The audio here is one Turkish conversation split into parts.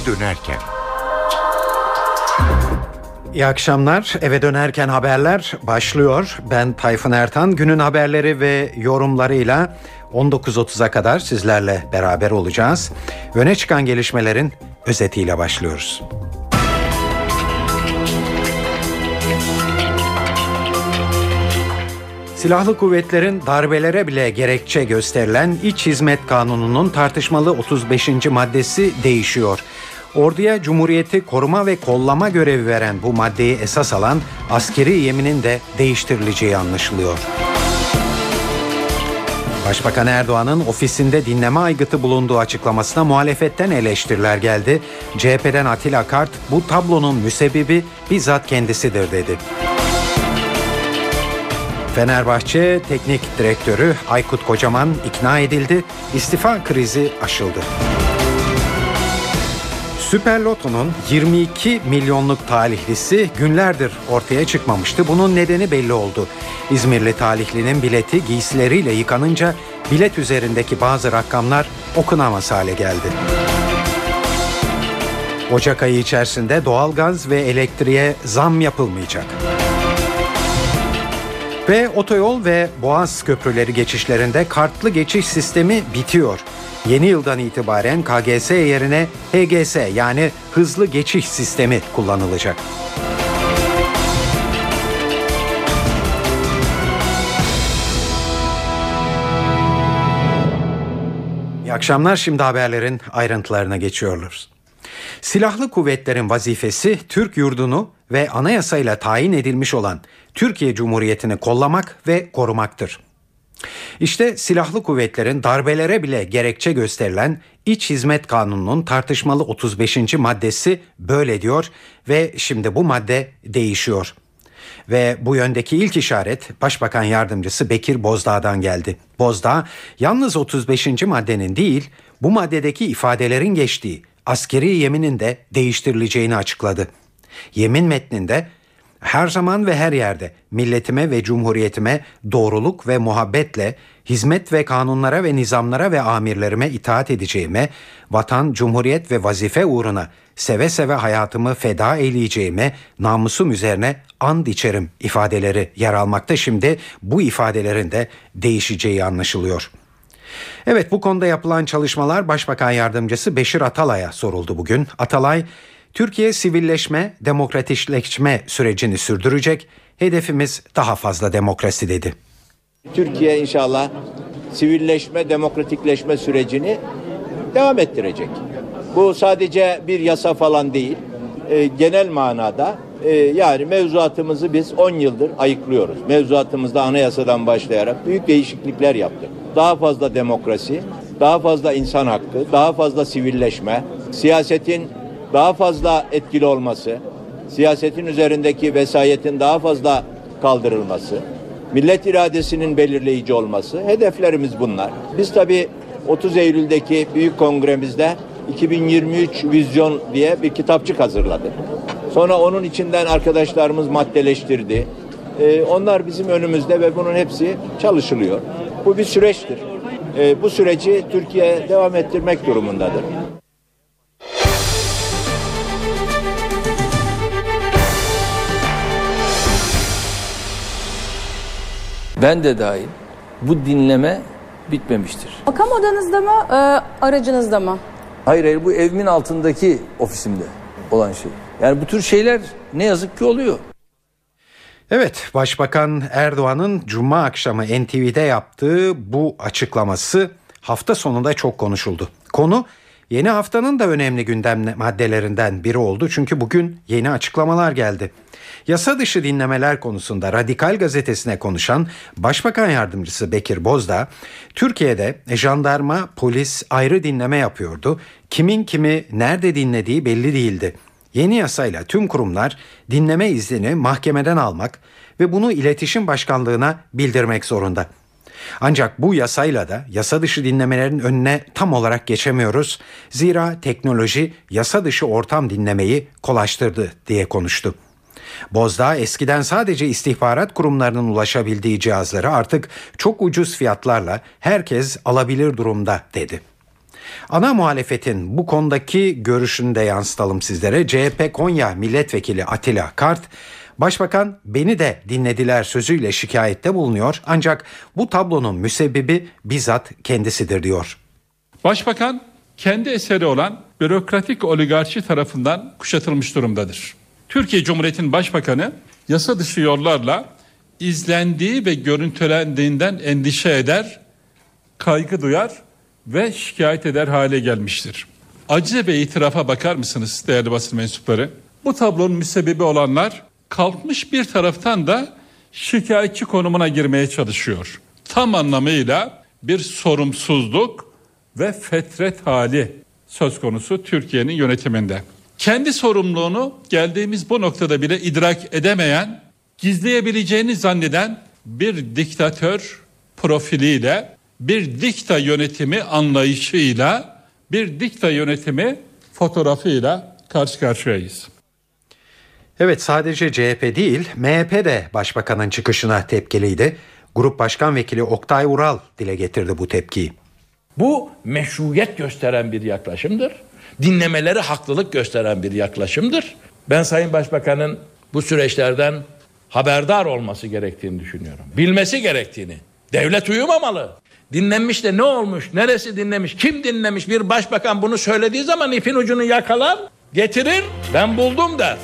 dönerken. İyi akşamlar. Eve dönerken haberler başlıyor. Ben Tayfun Ertan. Günün haberleri ve yorumlarıyla 19.30'a kadar sizlerle beraber olacağız. Öne çıkan gelişmelerin özetiyle başlıyoruz. Silahlı kuvvetlerin darbelere bile gerekçe gösterilen İç Hizmet Kanunu'nun tartışmalı 35. maddesi değişiyor. Orduya Cumhuriyeti koruma ve kollama görevi veren bu maddeyi esas alan askeri yeminin de değiştirileceği anlaşılıyor. Başbakan Erdoğan'ın ofisinde dinleme aygıtı bulunduğu açıklamasına muhalefetten eleştiriler geldi. CHP'den Atilla Kart bu tablonun müsebbibi bizzat kendisidir dedi. Fenerbahçe Teknik Direktörü Aykut Kocaman ikna edildi. İstifa krizi aşıldı. Süper Loto'nun 22 milyonluk talihlisi günlerdir ortaya çıkmamıştı. Bunun nedeni belli oldu. İzmirli talihlinin bileti giysileriyle yıkanınca bilet üzerindeki bazı rakamlar okunamaz hale geldi. Ocak ayı içerisinde doğalgaz ve elektriğe zam yapılmayacak. Ve otoyol ve boğaz köprüleri geçişlerinde kartlı geçiş sistemi bitiyor. Yeni yıldan itibaren KGS yerine HGS yani hızlı geçiş sistemi kullanılacak. İyi akşamlar, şimdi haberlerin ayrıntılarına geçiyoruz. Silahlı kuvvetlerin vazifesi Türk yurdunu ve anayasayla tayin edilmiş olan Türkiye Cumhuriyeti'ni kollamak ve korumaktır. İşte silahlı kuvvetlerin darbelere bile gerekçe gösterilen İç Hizmet Kanunu'nun tartışmalı 35. maddesi böyle diyor ve şimdi bu madde değişiyor. Ve bu yöndeki ilk işaret Başbakan Yardımcısı Bekir Bozdağ'dan geldi. Bozdağ yalnız 35. maddenin değil, bu maddedeki ifadelerin geçtiği askeri yeminin de değiştirileceğini açıkladı. Yemin metninde her zaman ve her yerde milletime ve cumhuriyetime doğruluk ve muhabbetle hizmet ve kanunlara ve nizamlara ve amirlerime itaat edeceğime, vatan, cumhuriyet ve vazife uğruna seve seve hayatımı feda eyleyeceğime, namusum üzerine and içerim ifadeleri yer almakta. Şimdi bu ifadelerin de değişeceği anlaşılıyor. Evet, bu konuda yapılan çalışmalar Başbakan Yardımcısı Beşir Atalay'a soruldu bugün. Atalay, Türkiye sivilleşme, demokratikleşme sürecini sürdürecek. Hedefimiz daha fazla demokrasi dedi. Türkiye inşallah sivilleşme, demokratikleşme sürecini devam ettirecek. Bu sadece bir yasa falan değil. Genel manada yani mevzuatımızı biz 10 yıldır ayıklıyoruz. Mevzuatımızda anayasadan başlayarak büyük değişiklikler yaptık. Daha fazla demokrasi, daha fazla insan hakkı, daha fazla sivilleşme, siyasetin daha fazla etkili olması, siyasetin üzerindeki vesayetin daha fazla kaldırılması, millet iradesinin belirleyici olması, hedeflerimiz bunlar. Biz tabii 30 Eylül'deki büyük kongremizde 2023 vizyon diye bir kitapçık hazırladık. Sonra onun içinden arkadaşlarımız maddeleştirdi. Onlar bizim önümüzde ve bunun hepsi çalışılıyor. Bu bir süreçtir. Bu süreci Türkiye devam ettirmek durumundadır. Ben de dahil bu dinleme bitmemiştir. Makam odanızda mı, aracınızda mı? Hayır, bu evimin altındaki ofisimde olan şey. Yani bu tür şeyler ne yazık ki oluyor. Evet, Başbakan Erdoğan'ın Cuma akşamı NTV'de yaptığı bu açıklaması hafta sonunda çok konuşuldu. Konu yeni haftanın da önemli gündem maddelerinden biri oldu. Çünkü bugün yeni açıklamalar geldi. Yasa dışı dinlemeler konusunda Radikal Gazetesi'ne konuşan Başbakan Yardımcısı Bekir Bozdağ, Türkiye'de jandarma, polis ayrı dinleme yapıyordu. Kimin kimi nerede dinlediği belli değildi. Yeni yasayla tüm kurumlar dinleme iznini mahkemeden almak ve bunu İletişim Başkanlığı'na bildirmek zorunda. Ancak bu yasayla da yasa dışı dinlemelerin önüne tam olarak geçemiyoruz. Zira teknoloji yasa dışı ortam dinlemeyi kolaylaştırdı diye konuştu. Bozdağ eskiden sadece istihbarat kurumlarının ulaşabildiği cihazları artık çok ucuz fiyatlarla herkes alabilir durumda dedi. Ana muhalefetin bu konudaki görüşünü de yansıtalım sizlere. CHP Konya Milletvekili Atilla Kart, Başbakan beni de dinlediler sözüyle şikayette bulunuyor ancak bu tablonun müsebbibi bizzat kendisidir diyor. Başbakan kendi eseri olan bürokratik oligarşi tarafından kuşatılmış durumdadır. Türkiye Cumhuriyeti'nin Başbakanı yasa dışı yollarla izlendiği ve görüntülendiğinden endişe eder, kaygı duyar ve şikayet eder hale gelmiştir. Acı ve itirafa bakar mısınız değerli basın mensupları? Bu tablonun müsebbibi olanlar kalkmış bir taraftan da şikayetçi konumuna girmeye çalışıyor. Tam anlamıyla bir sorumsuzluk ve fetret hali söz konusu Türkiye'nin yönetiminde. Kendi sorumluluğunu geldiğimiz bu noktada bile idrak edemeyen, gizleyebileceğini zanneden bir diktatör profiliyle, bir dikta yönetimi anlayışıyla, bir dikta yönetimi fotoğrafıyla karşı karşıyayız. Evet, sadece CHP değil, MHP de Başbakanın çıkışına tepkiliydi. Grup Başkan Vekili Oktay Ural dile getirdi bu tepkiyi. Bu meşruiyet gösteren bir yaklaşımdır. Dinlemeleri haklılık gösteren bir yaklaşımdır. Ben Sayın Başbakan'ın bu süreçlerden haberdar olması gerektiğini düşünüyorum. Bilmesi gerektiğini. Devlet uyumamalı. Dinlenmiş de ne olmuş, neresi dinlemiş, kim dinlemiş? Bir başbakan bunu söylediği zaman ipin ucunu yakalar, getirir, ben buldum der.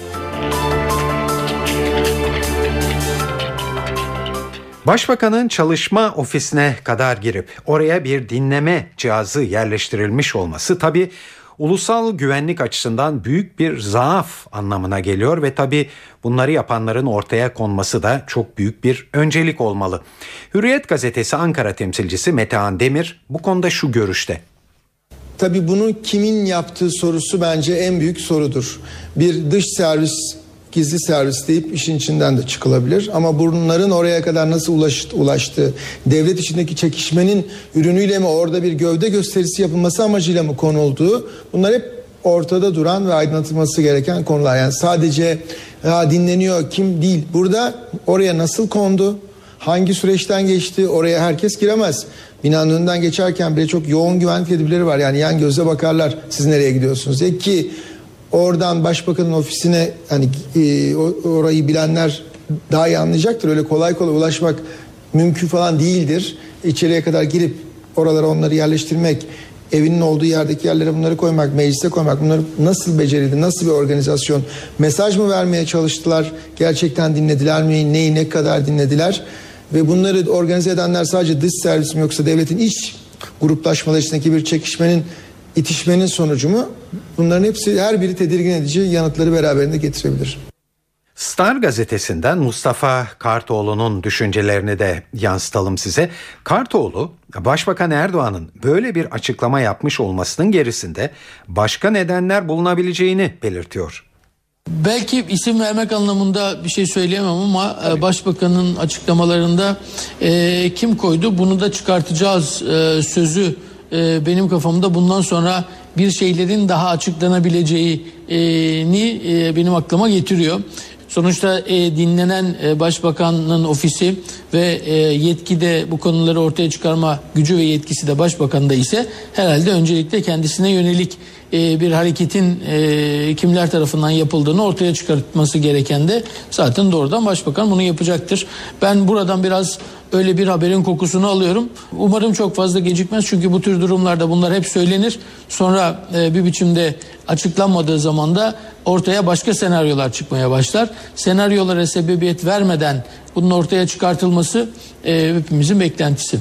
Başbakanın çalışma ofisine kadar girip oraya bir dinleme cihazı yerleştirilmiş olması tabii ulusal güvenlik açısından büyük bir zaaf anlamına geliyor ve tabii bunları yapanların ortaya konması da çok büyük bir öncelik olmalı. Hürriyet gazetesi Ankara temsilcisi Metehan Demir bu konuda şu görüşte. Tabii bunu kimin yaptığı sorusu bence en büyük sorudur. Bir dış servis, gizli servis deyip işin içinden de çıkılabilir. Ama bunların oraya kadar nasıl ulaştığı, devlet içindeki çekişmenin ürünüyle mi, orada bir gövde gösterisi yapılması amacıyla mı konulduğu, bunlar hep ortada duran ve aydınlatılması gereken konular. Yani sadece dinleniyor kim değil. Burada oraya nasıl kondu, hangi süreçten geçti, oraya herkes giremez. Binanın önünden geçerken bile çok yoğun güvenlik tedbirleri var. Yani yan gözle bakarlar siz nereye gidiyorsunuz diye, ki oradan başbakanın ofisine hani orayı bilenler daha iyi anlayacaktır. Öyle kolay kolay ulaşmak mümkün falan değildir. İçeriye kadar girip oralara onları yerleştirmek, evinin olduğu yerdeki yerlere bunları koymak, meclise koymak, bunları nasıl becerildi, nasıl bir organizasyon, mesaj mı vermeye çalıştılar, gerçekten dinlediler mi, neyi ne kadar dinlediler ve bunları organize edenler sadece dış servis mi yoksa devletin iç gruplaşmaları içindeki bir çekişmenin, itişmenin sonucu mu? Bunların hepsi, her biri tedirgin edici yanıtları beraberinde getirebilir. Star gazetesinden Mustafa Kartoğlu'nun düşüncelerini de yansıtalım size. Kartoğlu, Başbakan Erdoğan'ın böyle bir açıklama yapmış olmasının gerisinde başka nedenler bulunabileceğini belirtiyor. Belki isim vermek anlamında bir şey söyleyemem ama Başbakanın açıklamalarında kim koydu bunu da çıkartacağız sözü benim kafamda bundan sonra bir şeylerin daha açıklanabileceğini benim aklıma getiriyor. Sonuçta dinlenen Başbakanın ofisi ve yetki de bu konuları ortaya çıkarma gücü ve yetkisi de Başbakan'da ise herhalde öncelikle kendisine yönelik bir hareketin kimler tarafından yapıldığını ortaya çıkartması gereken de zaten doğrudan Başbakan bunu yapacaktır. Ben buradan biraz öyle bir haberin kokusunu alıyorum. Umarım çok fazla gecikmez çünkü bu tür durumlarda bunlar hep söylenir. Sonra bir biçimde açıklanmadığı zaman da ortaya başka senaryolar çıkmaya başlar. Senaryolara sebebiyet vermeden bunun ortaya çıkartılması hepimizin beklentisi.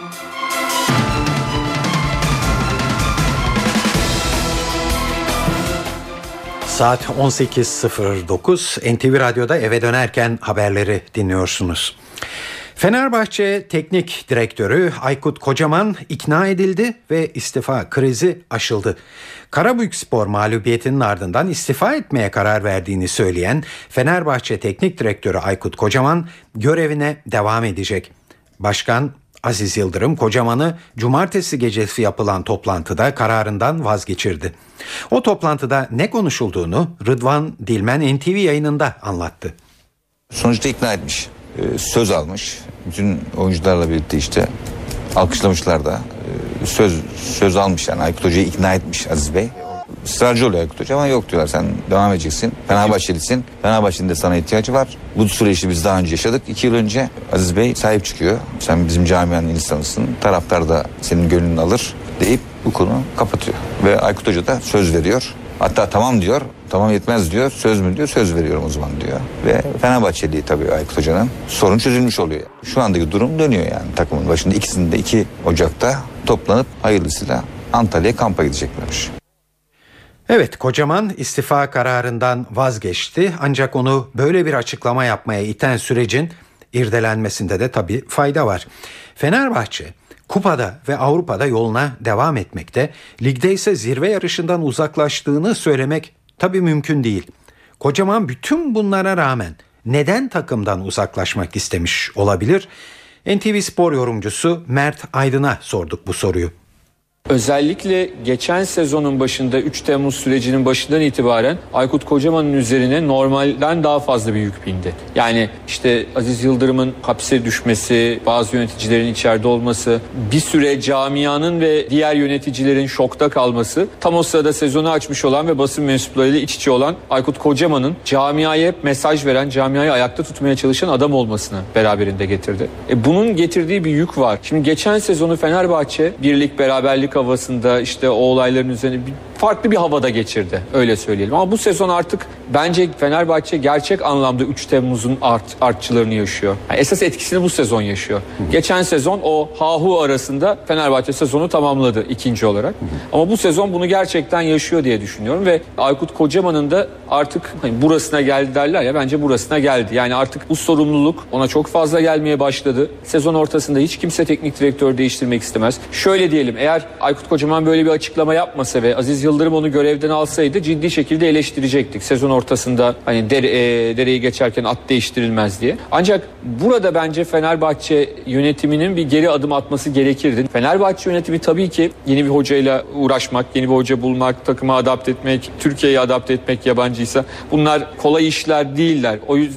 Saat 18.09 NTV Radyo'da eve dönerken haberleri dinliyorsunuz. Fenerbahçe Teknik Direktörü Aykut Kocaman ikna edildi ve istifa krizi aşıldı. Karabükspor mağlubiyetinin ardından istifa etmeye karar verdiğini söyleyen Fenerbahçe Teknik Direktörü Aykut Kocaman görevine devam edecek. Başkan Aziz Yıldırım Kocaman'ı cumartesi gecesi yapılan toplantıda kararından vazgeçirdi. O toplantıda ne konuşulduğunu Rıdvan Dilmen NTV yayınında anlattı. Sonuçta ikna etmiş, söz almış. Bütün oyuncularla birlikte işte Alkışlamışlar da. Söz almış yani. Aykut Hoca'yı ikna etmiş Aziz Bey. Israrcı oluyor Aykut Hoca ama yok diyorlar, sen devam edeceksin. Fenerbahçelisin. Fenerbahçe'nin de sana ihtiyacı var. Bu süreçte biz daha önce yaşadık. 2 yıl önce Aziz Bey sahip çıkıyor. Sen bizim camianın insanısın. Taraftar da senin gönlünü alır deyip bu konu kapatıyor. Ve Aykut Hoca da söz veriyor. Hatta tamam diyor. Tamam yetmez diyor. Söz mü diyor? Söz veriyorum o zaman diyor. Ve Fenerbahçeli tabii Aykut Hoca'nın sorun çözülmüş oluyor. Şu andaki durum dönüyor yani takımın başında. İkisinin de 2 Ocak'ta toplanıp hayırlısıyla Antalya'ya kampa gideceklermiş. Evet, Kocaman istifa kararından vazgeçti. Ancak onu böyle bir açıklama yapmaya iten sürecin irdelenmesinde de tabii fayda var. Fenerbahçe kupada ve Avrupa'da yoluna devam etmekte. Ligde ise zirve yarışından uzaklaştığını söylemek tabii mümkün değil. Kocaman bütün bunlara rağmen neden takımdan uzaklaşmak istemiş olabilir? NTV Spor yorumcusu Mert Aydın'a sorduk bu soruyu. Özellikle geçen sezonun başında 3 Temmuz sürecinin başından itibaren Aykut Kocaman'ın üzerine normalden daha fazla bir yük bindi. Yani işte Aziz Yıldırım'ın hapse düşmesi, bazı yöneticilerin içeride olması, bir süre camianın ve diğer yöneticilerin şokta kalması, tam o sırada sezonu açmış olan ve basın mensuplarıyla iç içe olan Aykut Kocaman'ın camiaya hep mesaj veren, camiayı ayakta tutmaya çalışan adam olmasını beraberinde getirdi. Bunun getirdiği bir yük var. Şimdi geçen sezonu Fenerbahçe birlik, beraberlik havasında işte o olayların üzerine farklı bir havada geçirdi. Öyle söyleyelim. Ama bu sezon artık bence Fenerbahçe gerçek anlamda 3 Temmuz'un artçılarını yaşıyor. Yani esas etkisini bu sezon yaşıyor. Geçen sezon o ha-hu arasında Fenerbahçe sezonu tamamladı ikinci olarak. Ama bu sezon bunu gerçekten yaşıyor diye düşünüyorum ve Aykut Kocaman'ın da artık hani burasına geldi derler ya, bence burasına geldi. Yani artık bu sorumluluk ona çok fazla gelmeye başladı. Sezon ortasında hiç kimse teknik direktör değiştirmek istemez. Şöyle diyelim, eğer Aykut Kocaman böyle bir açıklama yapmasa ve Aziz Yıldırım onu görevden alsaydı ciddi şekilde eleştirecektik. Sezon ortasında hani dereyi geçerken at değiştirilmez diye. Ancak burada bence Fenerbahçe yönetiminin bir geri adım atması gerekirdi. Fenerbahçe yönetimi tabii ki yeni bir hocayla uğraşmak, yeni bir hoca bulmak, takıma adapte etmek, Türkiye'ye adapte etmek yabancıysa bunlar kolay işler değiller.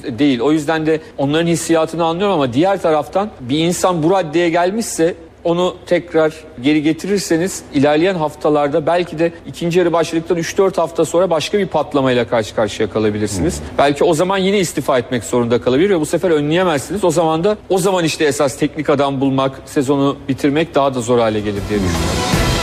O yüzden de onların hissiyatını anlıyorum ama diğer taraftan bir insan bu raddeye gelmişse onu tekrar geri getirirseniz ilerleyen haftalarda belki de ikinci yarı başladıktan 3-4 hafta sonra başka bir patlamayla karşı karşıya kalabilirsiniz. Belki o zaman yine istifa etmek zorunda kalabilir ve bu sefer önleyemezsiniz. O zaman işte esas teknik adam bulmak, sezonu bitirmek daha da zor hale gelir diye düşünüyorum.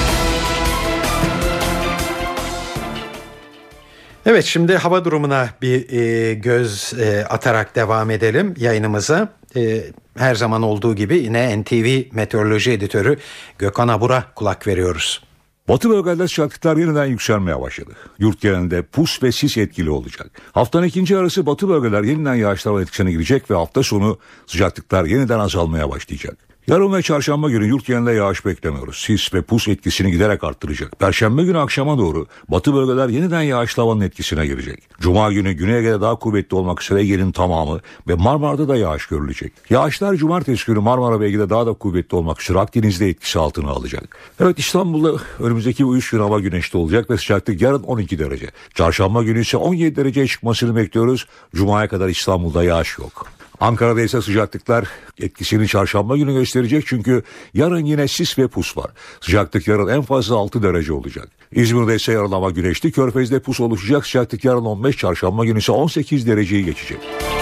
Evet, şimdi hava durumuna bir göz atarak devam edelim yayınımıza. Her zaman olduğu gibi yine NTV Meteoroloji Editörü Gökhan Abur'a kulak veriyoruz. Batı bölgelerde sıcaklıklar yeniden yükselmeye başladı. Yurt genelinde pus ve sis etkili olacak. Haftanın ikinci yarısı batı bölgeler yeniden yağışlar etkisine girecek ve hafta sonu sıcaklıklar yeniden azalmaya başlayacak. Yarın ve çarşamba günü yurt genelinde yağış beklemiyoruz. Sis ve pus etkisini giderek arttıracak. Perşembe günü akşama doğru batı bölgeler yeniden yağışlı havanın etkisine girecek. Cuma günü Güney Ege'de daha kuvvetli olmak üzere Ege'nin tamamı ve Marmara'da da yağış görülecek. Yağışlar cumartesi günü Marmara ve Ege'de daha da kuvvetli olmak üzere Akdeniz'de etkisi altına alacak. Evet, İstanbul'da önümüzdeki bu 3 gün hava güneşli olacak ve sıcaklık yarın 12 derece. Çarşamba günü ise 17 dereceye çıkmasını bekliyoruz. Cuma'ya kadar İstanbul'da yağış yok. Ankara'da ise sıcaklıklar etkisini çarşamba günü gösterecek çünkü yarın yine sis ve pus var. Sıcaklık yarın en fazla 6 derece olacak. İzmir'de ise yarın hava güneşli, Körfez'de pus oluşacak. Sıcaklık yarın 15, çarşamba günü ise 18 dereceyi geçecek.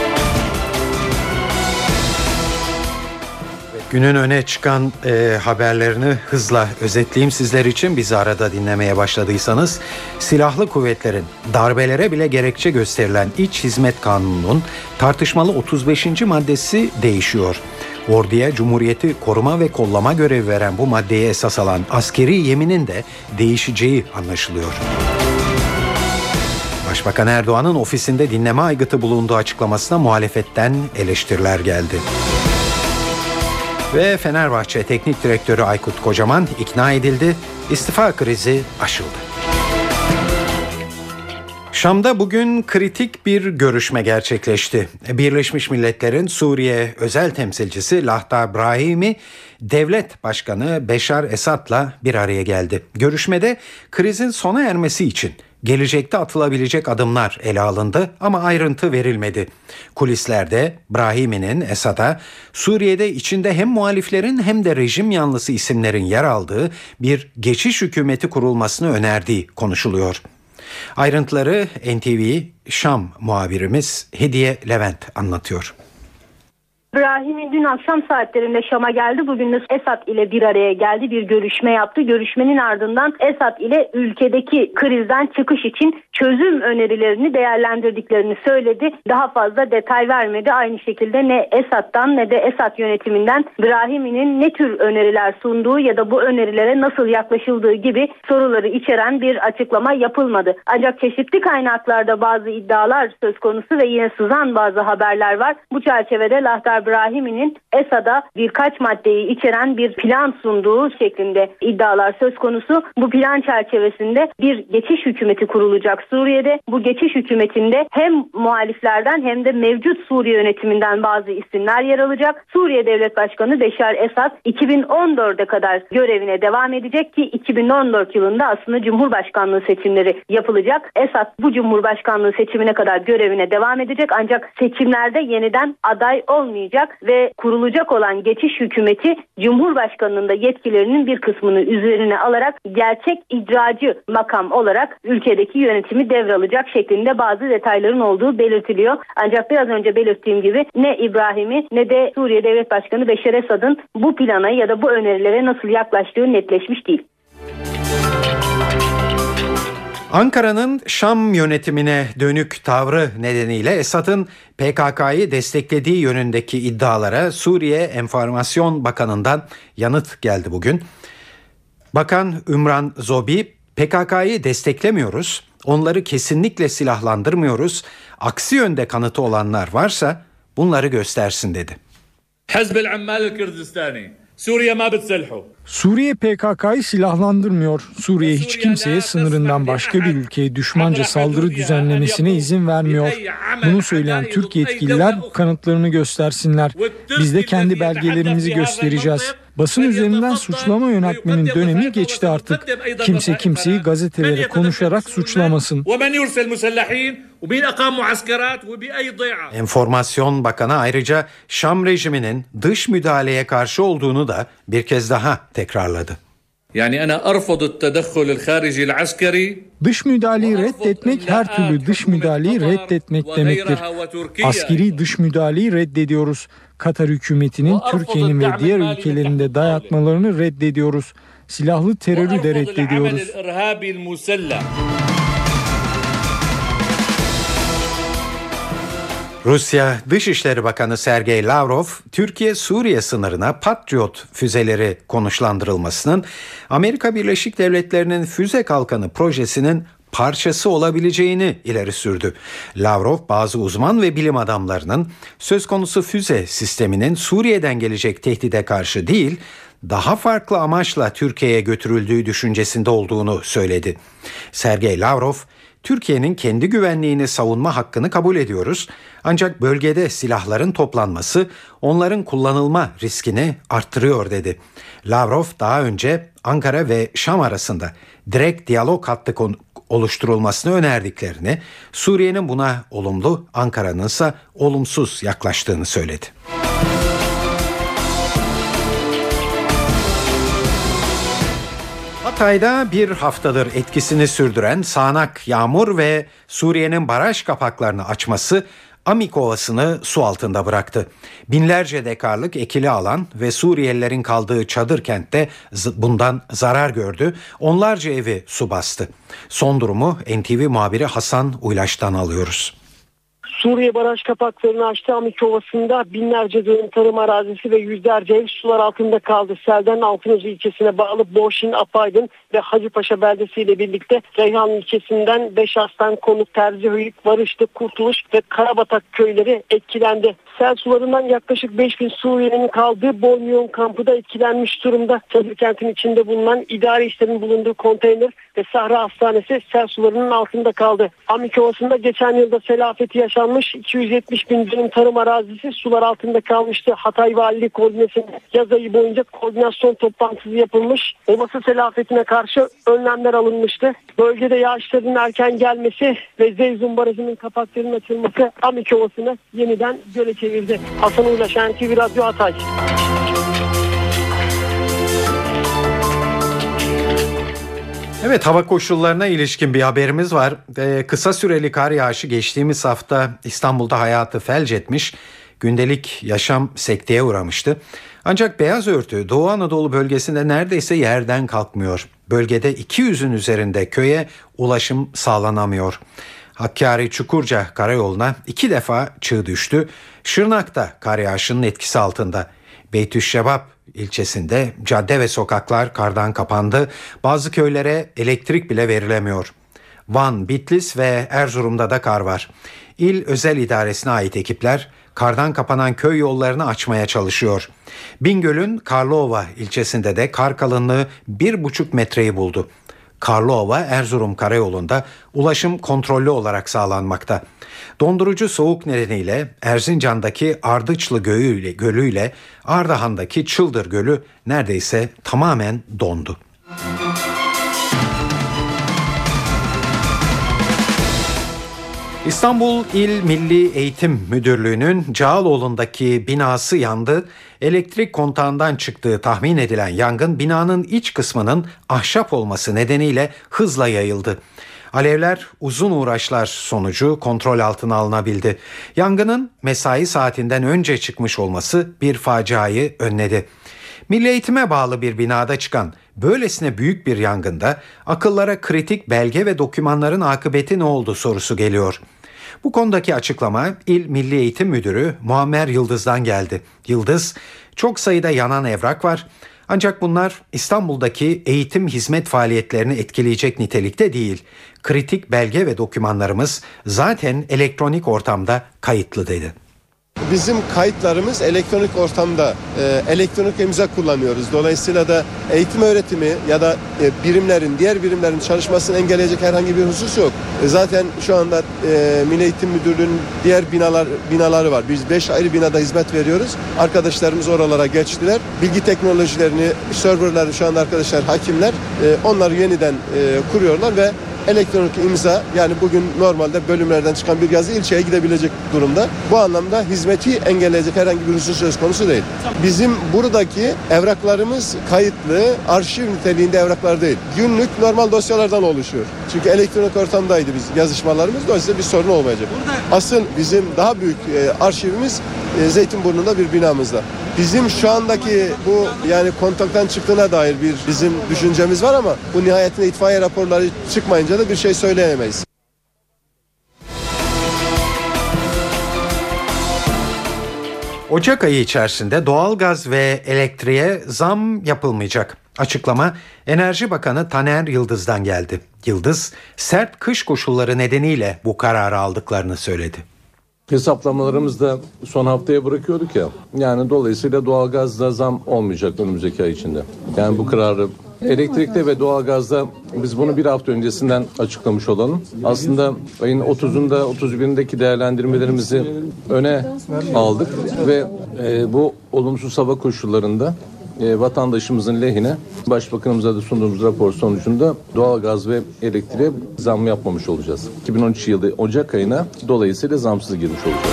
Günün öne çıkan haberlerini hızla özetleyeyim sizler için. Bizi arada dinlemeye başladıysanız, silahlı kuvvetlerin darbelere bile gerekçe gösterilen İç Hizmet Kanunu'nun tartışmalı 35. maddesi değişiyor. Orduya Cumhuriyeti koruma ve kollama görevi veren bu maddeyi esas alan askeri yeminin de değişeceği anlaşılıyor. Başbakan Erdoğan'ın ofisinde dinleme aygıtı bulunduğu açıklamasına muhalefetten eleştiriler geldi. Ve Fenerbahçe Teknik Direktörü Aykut Kocaman ikna edildi, istifa krizi aşıldı. Şam'da bugün kritik bir görüşme gerçekleşti. Birleşmiş Milletler'in Suriye özel temsilcisi Lahta Brahimi, devlet başkanı Beşar Esad'la bir araya geldi. Görüşmede krizin sona ermesi için gelecekte atılabilecek adımlar ele alındı ama ayrıntı verilmedi. Kulislerde Brahimi'nin Esad'a Suriye'de içinde hem muhaliflerin hem de rejim yanlısı isimlerin yer aldığı bir geçiş hükümeti kurulmasını önerdiği konuşuluyor. Ayrıntıları NTV Şam muhabirimiz Hediye Levent anlatıyor. Brahimi dün akşam saatlerinde Şam'a geldi. Bugün de Esad ile bir araya geldi. Bir görüşme yaptı. Görüşmenin ardından Esad ile ülkedeki krizden çıkış için çözüm önerilerini değerlendirdiklerini söyledi. Daha fazla detay vermedi. Aynı şekilde ne Esad'dan ne de Esad yönetiminden Brahimi'nin ne tür öneriler sunduğu ya da bu önerilere nasıl yaklaşıldığı gibi soruları içeren bir açıklama yapılmadı. Ancak çeşitli kaynaklarda bazı iddialar söz konusu ve yine sızan bazı haberler var. Bu çerçevede Lahtar Brahimi'nin Esad'a birkaç maddeyi içeren bir plan sunduğu şeklinde iddialar söz konusu. Bu plan çerçevesinde bir geçiş hükümeti kurulacak Suriye'de. Bu geçiş hükümetinde hem muhaliflerden hem de mevcut Suriye yönetiminden bazı isimler yer alacak. Suriye Devlet Başkanı Beşar Esad 2014'e kadar görevine devam edecek ki 2014 yılında aslında Cumhurbaşkanlığı seçimleri yapılacak. Esad bu Cumhurbaşkanlığı seçimine kadar görevine devam edecek ancak seçimlerde yeniden aday olmayacak ve kurulacak olan geçiş hükümeti Cumhurbaşkanlığının da yetkilerinin bir kısmını üzerine alarak gerçek icracı makam olarak ülkedeki yönetimi devralacak şeklinde bazı detayların olduğu belirtiliyor. Ancak biraz önce belirttiğim gibi ne İbrahimi ne de Suriye Devlet Başkanı Beşar Esad'ın bu plana ya da bu önerilere nasıl yaklaştığı netleşmiş değil. Ankara'nın Şam yönetimine dönük tavrı nedeniyle Esad'ın PKK'yı desteklediği yönündeki iddialara Suriye Enformasyon Bakanı'ndan yanıt geldi bugün. Bakan Ümran Zobi, PKK'yı desteklemiyoruz, onları kesinlikle silahlandırmıyoruz, aksi yönde kanıtı olanlar varsa bunları göstersin dedi. Hizbul Ammal Kürdistani Suriye ma betselhu. Suriye PKK'yı silahlandırmıyor. Suriye hiç kimseye sınırından başka bir ülkeye düşmanca saldırı düzenlemesine izin vermiyor. Bunu söyleyen Türk yetkililer kanıtlarını göstersinler. Biz de kendi belgelerimizi göstereceğiz. Basın üzerinden suçlama yöneltmenin dönemi geçti artık. Kimse kimseyi gazetelere konuşarak suçlamasın. Enformasyon Bakanı ayrıca Şam rejiminin dış müdahaleye karşı olduğunu da bir kez daha tekrarladı. Dış müdahaleyi reddetmek her türlü dış müdahaleyi reddetmek demektir. Askeri dış müdahaleyi reddediyoruz. Katar hükümetinin Türkiye'nin ve diğer ülkelerinde dayatmalarını reddediyoruz. Silahlı terörü de reddediyoruz. Rusya Dışişleri Bakanı Sergey Lavrov, Türkiye-Suriye sınırına Patriot füzeleri konuşlandırılmasının Amerika Birleşik Devletleri'nin füze kalkanı projesinin parçası olabileceğini ileri sürdü. Lavrov, bazı uzman ve bilim adamlarının söz konusu füze sisteminin Suriye'den gelecek tehdide karşı değil, daha farklı amaçla Türkiye'ye götürüldüğü düşüncesinde olduğunu söyledi. Sergey Lavrov, Türkiye'nin kendi güvenliğini savunma hakkını kabul ediyoruz. Ancak bölgede silahların toplanması onların kullanılma riskini arttırıyor dedi. Lavrov daha önce Ankara ve Şam arasında direkt diyalog hattı oluşturulmasını önerdiklerini, Suriye'nin buna olumlu, Ankara'nın ise olumsuz yaklaştığını söyledi. Hatay'da bir haftadır etkisini sürdüren sağanak yağmur ve Suriye'nin baraj kapaklarını açması Amik Ovası'nı su altında bıraktı. Binlerce dekarlık ekili alan ve Suriyelilerin kaldığı çadır kentte bundan zarar gördü. Onlarca evi su bastı. Son durumu NTV muhabiri Hasan Uylaş'tan alıyoruz. Suriye baraj kapaklarını açtı. Amik Ovası'nda binlerce dönüm tarım arazisi ve yüzlerce ev sular altında kaldı. Selden Altınözü ilçesine bağlı Borşin, Apaydın ve Hacıpaşa beldesiyle birlikte Reyhan ilçesinden Beşas'tan Konuk, Terzihöyük, Varışlı, Kurtuluş ve Karabatak köyleri etkilendi. Sel sularından yaklaşık 5000 Suriyelinin kaldığı Bolmiyon kampı da etkilenmiş durumda. Çadır kentin içinde bulunan idari işlerin bulunduğu konteyner ve Sahra Hastanesi sel sularının altında kaldı. Amik Ovası'nda geçen yılda sel afeti yaşanmış, 270 bin dönüm tarım arazisi sular altında kalmıştı. Hatay Valiliği koordinesinde yaz ayı boyunca koordinasyon toplantısı yapılmış. Olası sel afetine karşı önlemler alınmıştı. Bölgede yağışların erken gelmesi ve Zeyzun Barajı'nın kapaklarının açılması Amik Ovası'nı yeniden göle çevirdi. Hasan Uylaş, NTV Radyo, Hatay. Evet, hava koşullarına ilişkin bir haberimiz var. Kısa süreli kar yağışı geçtiğimiz hafta İstanbul'da hayatı felç etmiş, gündelik yaşam sekteye uğramıştı. Ancak beyaz örtü Doğu Anadolu bölgesinde neredeyse yerden kalkmıyor. Bölgede 200'ün üzerinde köye ulaşım sağlanamıyor. Hakkari Çukurca karayoluna 2 defa çığ düştü. Şırnak'ta kar yağışının etkisi altında. Beytüşşebap ilçesinde cadde ve sokaklar kardan kapandı. Bazı köylere elektrik bile verilemiyor. Van, Bitlis ve Erzurum'da da kar var. İl Özel İdaresi'ne ait ekipler kardan kapanan köy yollarını açmaya çalışıyor. Bingöl'ün Karlıova ilçesinde de kar kalınlığı 1,5 metreyi buldu. Karlıova Erzurum karayolunda ulaşım kontrollü olarak sağlanmakta. Dondurucu soğuk nedeniyle Erzincan'daki Ardıçlı Gölü ile Ardahan'daki Çıldır Gölü neredeyse tamamen dondu. İstanbul İl Milli Eğitim Müdürlüğü'nün Cağaloğlu'ndaki binası yandı. Elektrik kontağından çıktığı tahmin edilen yangın binanın iç kısmının ahşap olması nedeniyle hızla yayıldı. Alevler uzun uğraşlar sonucu kontrol altına alınabildi. Yangının mesai saatinden önce çıkmış olması bir faciayı önledi. Milli Eğitim'e bağlı bir binada çıkan böylesine büyük bir yangında akıllara kritik belge ve dokümanların akıbeti ne oldu sorusu geliyor. Bu konudaki açıklama İl Milli Eğitim Müdürü Muammer Yıldız'dan geldi. Yıldız, çok sayıda yanan evrak var. Ancak bunlar İstanbul'daki eğitim hizmet faaliyetlerini etkileyecek nitelikte değil. Kritik belge ve dokümanlarımız zaten elektronik ortamda kayıtlı dedi. Bizim kayıtlarımız elektronik ortamda, elektronik imza kullanıyoruz. Dolayısıyla da eğitim öğretimi ya da diğer birimlerin çalışmasını engelleyecek herhangi bir husus yok. Zaten şu anda Milli Eğitim Müdürlüğü'nün diğer binaları var. Biz 5 ayrı binada hizmet veriyoruz. Arkadaşlarımız oralara geçtiler. Bilgi teknolojilerini, serverları şu anda arkadaşlar hakimler. Onları yeniden kuruyorlar ve elektronik imza, yani bugün normalde bölümlerden çıkan bir yazı ilçeye gidebilecek durumda. Bu anlamda hizmeti engelleyecek herhangi bir husus söz konusu değil. Bizim buradaki evraklarımız kayıtlı, arşiv niteliğinde evraklar değil. Günlük normal dosyalardan oluşuyor. Çünkü elektronik ortamdaydı biz yazışmalarımız. Dolayısıyla bir sorun olmayacak. Asıl bizim daha büyük arşivimiz Zeytinburnu'nda bir binamızda. Bizim şu andaki bu yani kontaktan çıktığına dair bizim düşüncemiz var ama bu nihayetinde itfaiye raporları çıkmayınca da bir şey söyleyemeyiz. Ocak ayı içerisinde doğalgaz ve elektriğe zam yapılmayacak. Açıklama Enerji Bakanı Taner Yıldız'dan geldi. Yıldız, sert kış koşulları nedeniyle bu kararı aldıklarını söyledi. Hesaplamalarımız da son haftaya bırakıyorduk ya. Yani dolayısıyla doğalgazda zam olmayacak önümüzdeki ay içinde. Yani bu kararı elektrikte ve doğalgazda biz bunu bir hafta öncesinden açıklamış olalım. Aslında ayın 30'unda 31'indeki değerlendirmelerimizi öne aldık ve bu olumsuz hava koşullarında vatandaşımızın lehine Başbakanımıza da sunduğumuz rapor sonucunda doğalgaz ve elektriğe zam yapmamış olacağız. 2013 yılı Ocak ayına dolayısıyla zamsız girmiş olacağız.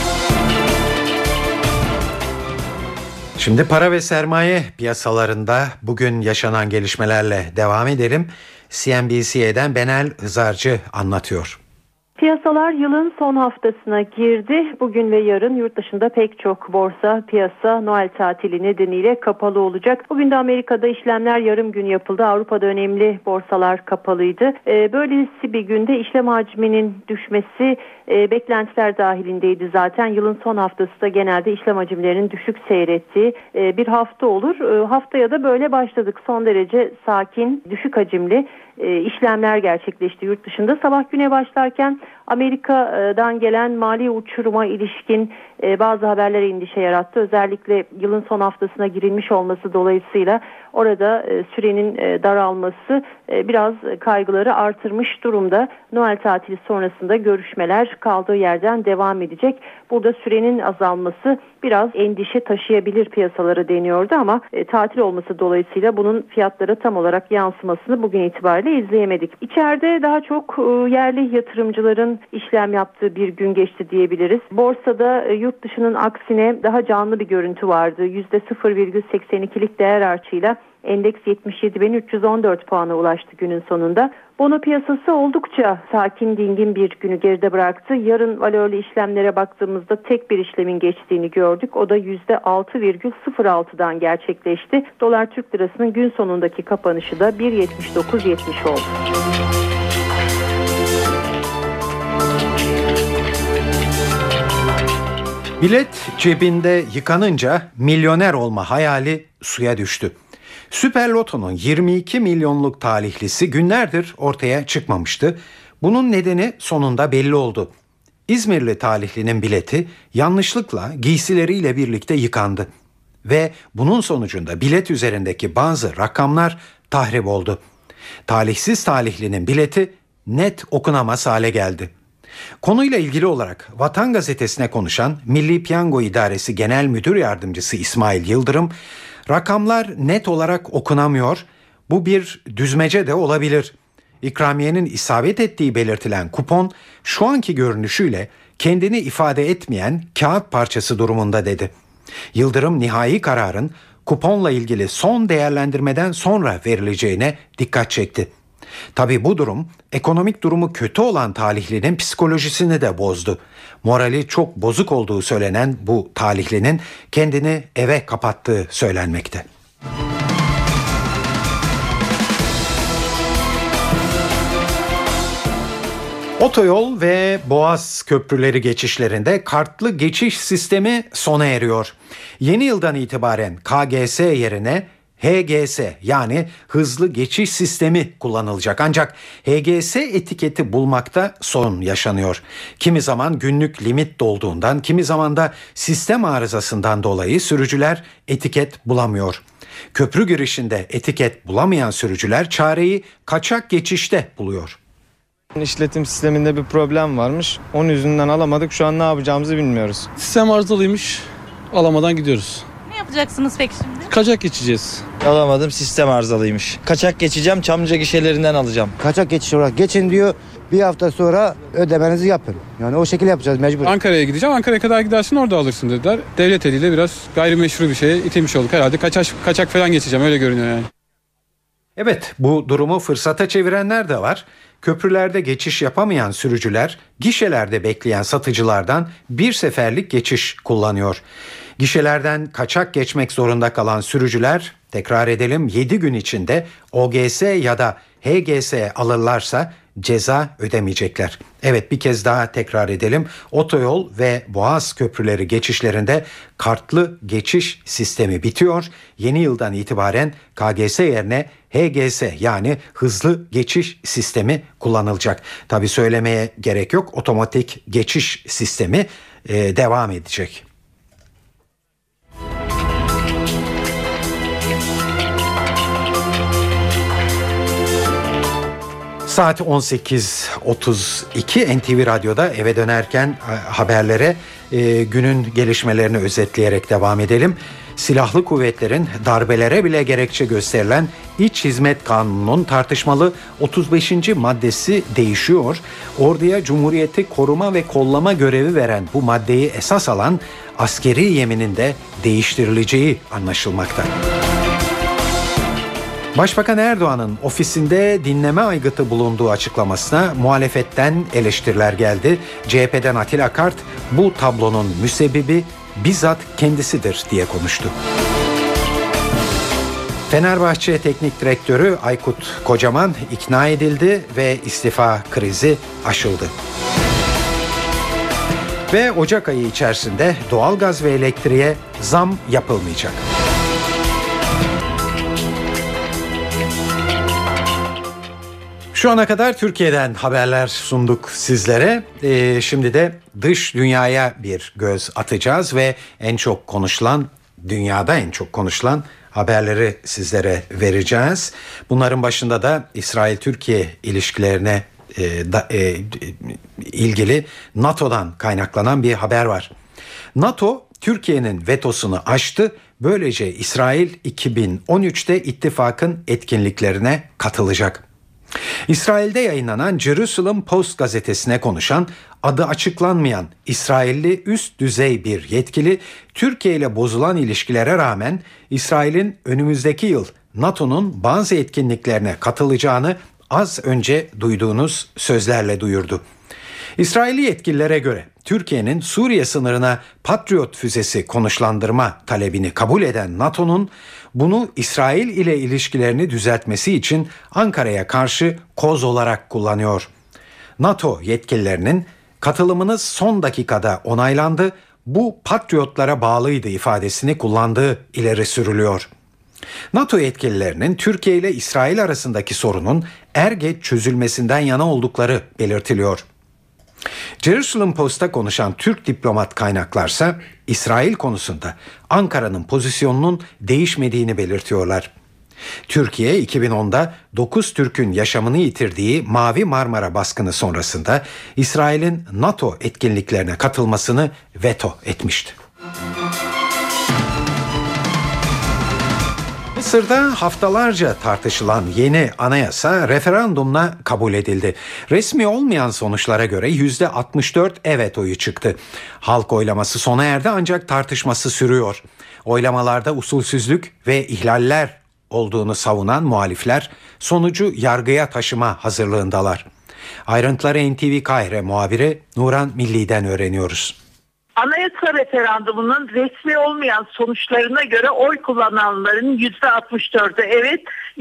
Şimdi para ve sermaye piyasalarında bugün yaşanan gelişmelerle devam edelim. CNBC'den Benel Hızarcı anlatıyor. Piyasalar yılın son haftasına girdi. Bugün ve yarın yurt dışında pek çok borsa, piyasa Noel tatili nedeniyle kapalı olacak. Bugün de Amerika'da işlemler yarım gün yapıldı. Avrupa'da önemli borsalar kapalıydı. Böylesi bir günde işlem hacminin düşmesi beklentiler dahilindeydi zaten. Yılın son haftası da genelde işlem hacimlerinin düşük seyrettiği bir hafta olur. Haftaya da böyle başladık. Son derece sakin, düşük hacimli işlemler gerçekleşti yurt dışında. Sabah güne başlarken Amerika'dan gelen mali uçuruma ilişkin bazı haberler endişe yarattı. Özellikle yılın son haftasına girilmiş olması dolayısıyla orada sürenin daralması biraz kaygıları artırmış durumda. Noel tatili sonrasında görüşmeler kaldığı yerden devam edecek. Burada sürenin azalması biraz endişe taşıyabilir piyasalara deniyordu ama tatil olması dolayısıyla bunun fiyatlara tam olarak yansımasını bugün itibariyle izleyemedik. İçeride daha çok yerli yatırımcıların işlem yaptığı bir gün geçti diyebiliriz. Borsada yurt dışının aksine daha canlı bir görüntü vardı. %0,82'lik değer artışıyla endeks 77.314 puana ulaştı günün sonunda. Bono piyasası oldukça sakin, dingin bir günü geride bıraktı. Yarın valörlü işlemlere baktığımızda tek bir işlemin geçtiğini gördük. O da %6,06'dan gerçekleşti. Dolar Türk lirasının gün sonundaki kapanışı da 1.79.70 oldu. Bilet cebinde yıkanınca milyoner olma hayali suya düştü. Süper Loto'nun 22 milyonluk talihlisi günlerdir ortaya çıkmamıştı. Bunun nedeni sonunda belli oldu. İzmirli talihlinin bileti yanlışlıkla giysileriyle birlikte yıkandı. Ve bunun sonucunda bilet üzerindeki bazı rakamlar tahrip oldu. Talihsiz talihlinin bileti net okunamaz hale geldi. Konuyla ilgili olarak Vatan Gazetesi'ne konuşan Milli Piyango İdaresi Genel Müdür Yardımcısı İsmail Yıldırım, rakamlar net olarak okunamıyor, bu bir düzmece de olabilir. İkramiyenin isabet ettiği belirtilen kupon şu anki görünüşüyle kendini ifade etmeyen kağıt parçası durumunda dedi. Yıldırım nihai kararın kuponla ilgili son değerlendirmeden sonra verileceğine dikkat çekti. Tabii bu durum ekonomik durumu kötü olan talihlinin psikolojisini de bozdu. Morali çok bozuk olduğu söylenen bu talihlinin kendini eve kapattığı söylenmekte. Otoyol ve Boğaz köprüleri geçişlerinde kartlı geçiş sistemi sona eriyor. Yeni yıldan itibaren KGS yerine HGS yani hızlı geçiş sistemi kullanılacak. Ancak HGS etiketi bulmakta sorun yaşanıyor. Kimi zaman günlük limit dolduğundan, kimi zaman da sistem arızasından dolayı sürücüler etiket bulamıyor. Köprü girişinde etiket bulamayan sürücüler çareyi kaçak geçişte buluyor. İşletim sisteminde bir problem varmış. Onun yüzünden alamadık. Şu an ne yapacağımızı bilmiyoruz. Sistem arızalıymış. Alamadan gidiyoruz. Ne yapacaksınız peki şimdi? Kaçak geçeceğiz. Alamadım, sistem arızalıymış. Kaçak geçeceğim, Çamlıca gişelerinden alacağım. Kaçak geçiş olarak geçin diyor. Bir hafta sonra ödemenizi yapın. Yani o şekilde yapacağız mecbur. Ankara'ya gideceğim. Ankara'ya kadar gidersin, orada alırsın dediler. Devlet eliyle biraz gayrimeşru bir şeye itilmiş olduk. Herhalde kaçak falan geçeceğim, öyle görünüyor yani. Evet, bu durumu fırsata çevirenler de var. Köprülerde geçiş yapamayan sürücüler gişelerde bekleyen satıcılardan bir seferlik geçiş kullanıyor. Gişelerden kaçak geçmek zorunda kalan sürücüler, tekrar edelim, 7 gün içinde OGS ya da HGS alırlarsa ceza ödemeyecekler. Evet, bir kez daha tekrar edelim. Otoyol ve Boğaz köprüleri geçişlerinde kartlı geçiş sistemi bitiyor. Yeni yıldan itibaren KGS yerine HGS yani hızlı geçiş sistemi kullanılacak. Tabii söylemeye gerek yok. Otomatik geçiş sistemi devam edecek. Saat 18.32 NTV Radyo'da eve dönerken haberlere günün gelişmelerini özetleyerek devam edelim. Silahlı kuvvetlerin darbelere bile gerekçe gösterilen İç Hizmet Kanunu'nun tartışmalı 35. maddesi değişiyor. Orduya Cumhuriyeti koruma ve kollama görevi veren bu maddeyi esas alan askeri yeminin de değiştirileceği anlaşılmakta. Başbakan Erdoğan'ın ofisinde dinleme aygıtı bulunduğu açıklamasına muhalefetten eleştiriler geldi. CHP'den Atilla Kart bu tablonun müsebbibi bizzat kendisidir diye konuştu. Fenerbahçe Teknik Direktörü Aykut Kocaman ikna edildi ve istifa krizi aşıldı. Ve Ocak ayı içerisinde doğalgaz ve elektriğe zam yapılmayacak. Şu ana kadar Türkiye'den haberler sunduk sizlere. Şimdi de dış dünyaya bir göz atacağız ve dünyada en çok konuşulan haberleri sizlere vereceğiz. Bunların başında da İsrail-Türkiye ilişkilerine ilgili NATO'dan kaynaklanan bir haber var. NATO Türkiye'nin vetosunu aştı. Böylece İsrail 2013'te ittifakın etkinliklerine katılacak. İsrail'de yayınlanan Jerusalem Post gazetesine konuşan, adı açıklanmayan İsrailli üst düzey bir yetkili, Türkiye ile bozulan ilişkilere rağmen İsrail'in önümüzdeki yıl NATO'nun bazı etkinliklerine katılacağını az önce duyduğunuz sözlerle duyurdu. İsrailli yetkililere göre Türkiye'nin Suriye sınırına Patriot füzesi konuşlandırma talebini kabul eden NATO'nun bunu İsrail ile ilişkilerini düzeltmesi için Ankara'ya karşı koz olarak kullanıyor. NATO yetkililerinin katılımınız son dakikada onaylandı, bu Patriotlara bağlıydı ifadesini kullandığı ileri sürülüyor. NATO yetkililerinin Türkiye ile İsrail arasındaki sorunun er geç çözülmesinden yana oldukları belirtiliyor. Jerusalem Post'a konuşan Türk diplomat kaynaklarsa İsrail konusunda Ankara'nın pozisyonunun değişmediğini belirtiyorlar. Türkiye 2010'da 9 Türk'ün yaşamını yitirdiği Mavi Marmara baskını sonrasında İsrail'in NATO etkinliklerine katılmasını veto etmişti. Mısır'da haftalarca tartışılan yeni anayasa referandumla kabul edildi. Resmi olmayan sonuçlara göre %64 evet oyu çıktı. Halk oylaması sona erdi ancak tartışması sürüyor. Oylamalarda usulsüzlük ve ihlaller olduğunu savunan muhalifler sonucu yargıya taşıma hazırlığındalar. Ayrıntıları NTV Kahire muhabiri Nuran Milli'den öğreniyoruz. Anayasa referandumunun resmi olmayan sonuçlarına göre oy kullananların %64'ü evet,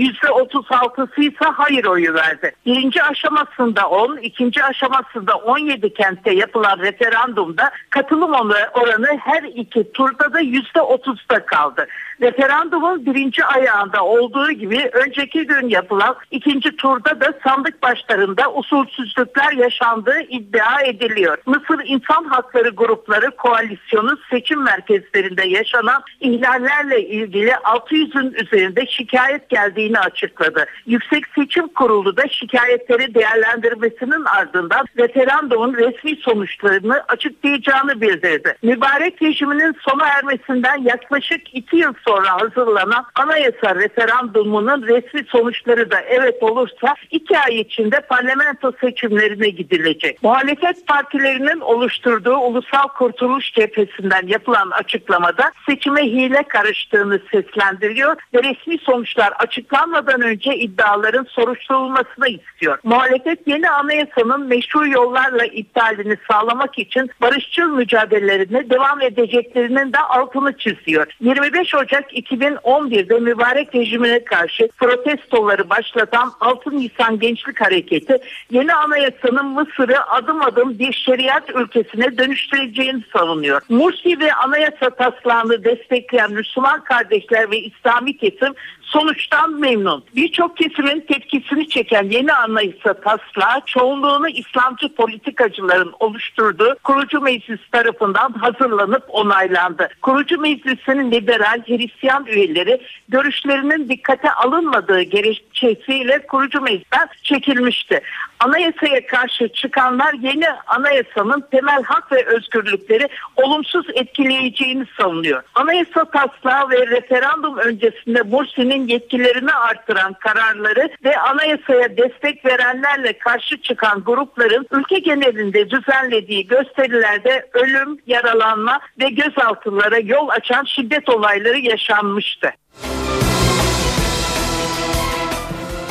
%36'sı ise hayır oyu verdi. Birinci aşamasında 10, ikinci aşamasında 17 kentte yapılan referandumda katılım oranı her iki turda da %30'da kaldı. Referandumun birinci ayağında olduğu gibi önceki gün yapılan ikinci turda da sandık başlarında usulsüzlükler yaşandığı iddia ediliyor. Mısır İnsan Hakları Grupları Koalisyonu seçim merkezlerinde yaşanan ihlallerle ilgili 600'ün üzerinde şikayet geldiğini açıkladı. Yüksek Seçim Kurulu da şikayetleri değerlendirmesinin ardından referandumun resmi sonuçlarını açıklayacağını bildirdi. Mübarek rejiminin sona ermesinden yaklaşık 2 yıl sonra hazırlanan anayasa referandumunun resmi sonuçları da evet olursa 2 ay içinde parlamento seçimlerine gidilecek. Muhalefet partilerinin oluşturduğu Ulusal Kurtuluş Cephesi'nden yapılan açıklamada seçime hile karıştığını seslendiriyor ve resmi sonuçlar açıklanmadan önce iddiaların soruşturulmasını istiyor. Muhalefet yeni anayasanın meşru yollarla iptalini sağlamak için barışçıl mücadelelerine devam edeceklerinin de altını çiziyor. 25 Ocak 2011'de mübarek rejimine karşı protestoları başlatan 6 Nisan Gençlik Hareketi yeni anayasanın Mısır'ı adım adım bir şeriat ülkesine dönüştüreceğini savunuyor. Mursi ve anayasa taslağını destekleyen Müslüman kardeşler ve İslami kesim sonuçtan memnun. Birçok kesimin tepkisini çeken yeni anayasa taslağı çoğunluğunu İslamcı politikacıların oluşturduğu kurucu meclis tarafından hazırlanıp onaylandı. Kurucu meclisin liberal Hristiyan üyeleri görüşlerinin dikkate alınmadığı gerekçesiyle kurucu meclisten çekilmişti. Anayasaya karşı çıkanlar yeni anayasanın temel hak ve özgürlükleri olumsuz etkileyeceğini savunuyor. Anayasa taslağı ve referandum öncesinde Mursi'nin yetkilerini artıran kararları ve anayasaya destek verenlerle karşı çıkan grupların ülke genelinde düzenlediği gösterilerde ölüm, yaralanma ve gözaltılara yol açan şiddet olayları yaşanmıştı.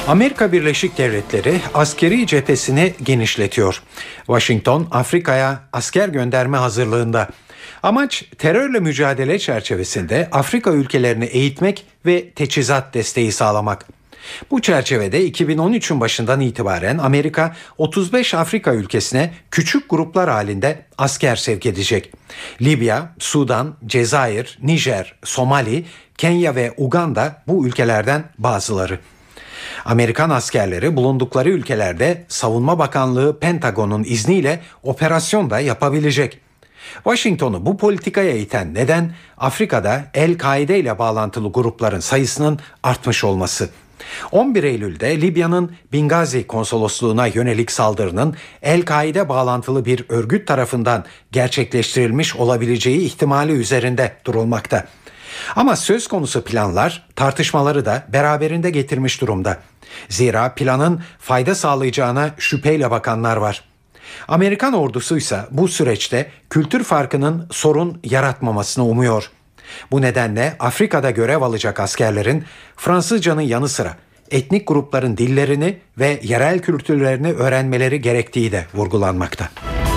Amerika Birleşik Devletleri askeri cephesini genişletiyor. Washington, Afrika'ya asker gönderme hazırlığında. Amaç terörle mücadele çerçevesinde Afrika ülkelerini eğitmek ve teçhizat desteği sağlamak. Bu çerçevede 2013'ün başından itibaren Amerika 35 Afrika ülkesine küçük gruplar halinde asker sevk edecek. Libya, Sudan, Cezayir, Nijer, Somali, Kenya ve Uganda bu ülkelerden bazıları. Amerikan askerleri bulundukları ülkelerde Savunma Bakanlığı Pentagon'un izniyle operasyon da yapabilecek. Washington'u bu politikaya iten neden Afrika'da El-Kaide ile bağlantılı grupların sayısının artmış olması. 11 Eylül'de Libya'nın Bingazi konsolosluğuna yönelik saldırının El-Kaide bağlantılı bir örgüt tarafından gerçekleştirilmiş olabileceği ihtimali üzerinde durulmakta. Ama söz konusu planlar tartışmaları da beraberinde getirmiş durumda. Zira planın fayda sağlayacağına şüpheyle bakanlar var. Amerikan ordusuysa bu süreçte kültür farkının sorun yaratmamasını umuyor. Bu nedenle Afrika'da görev alacak askerlerin Fransızcanın yanı sıra etnik grupların dillerini ve yerel kültürlerini öğrenmeleri gerektiği de vurgulanmakta.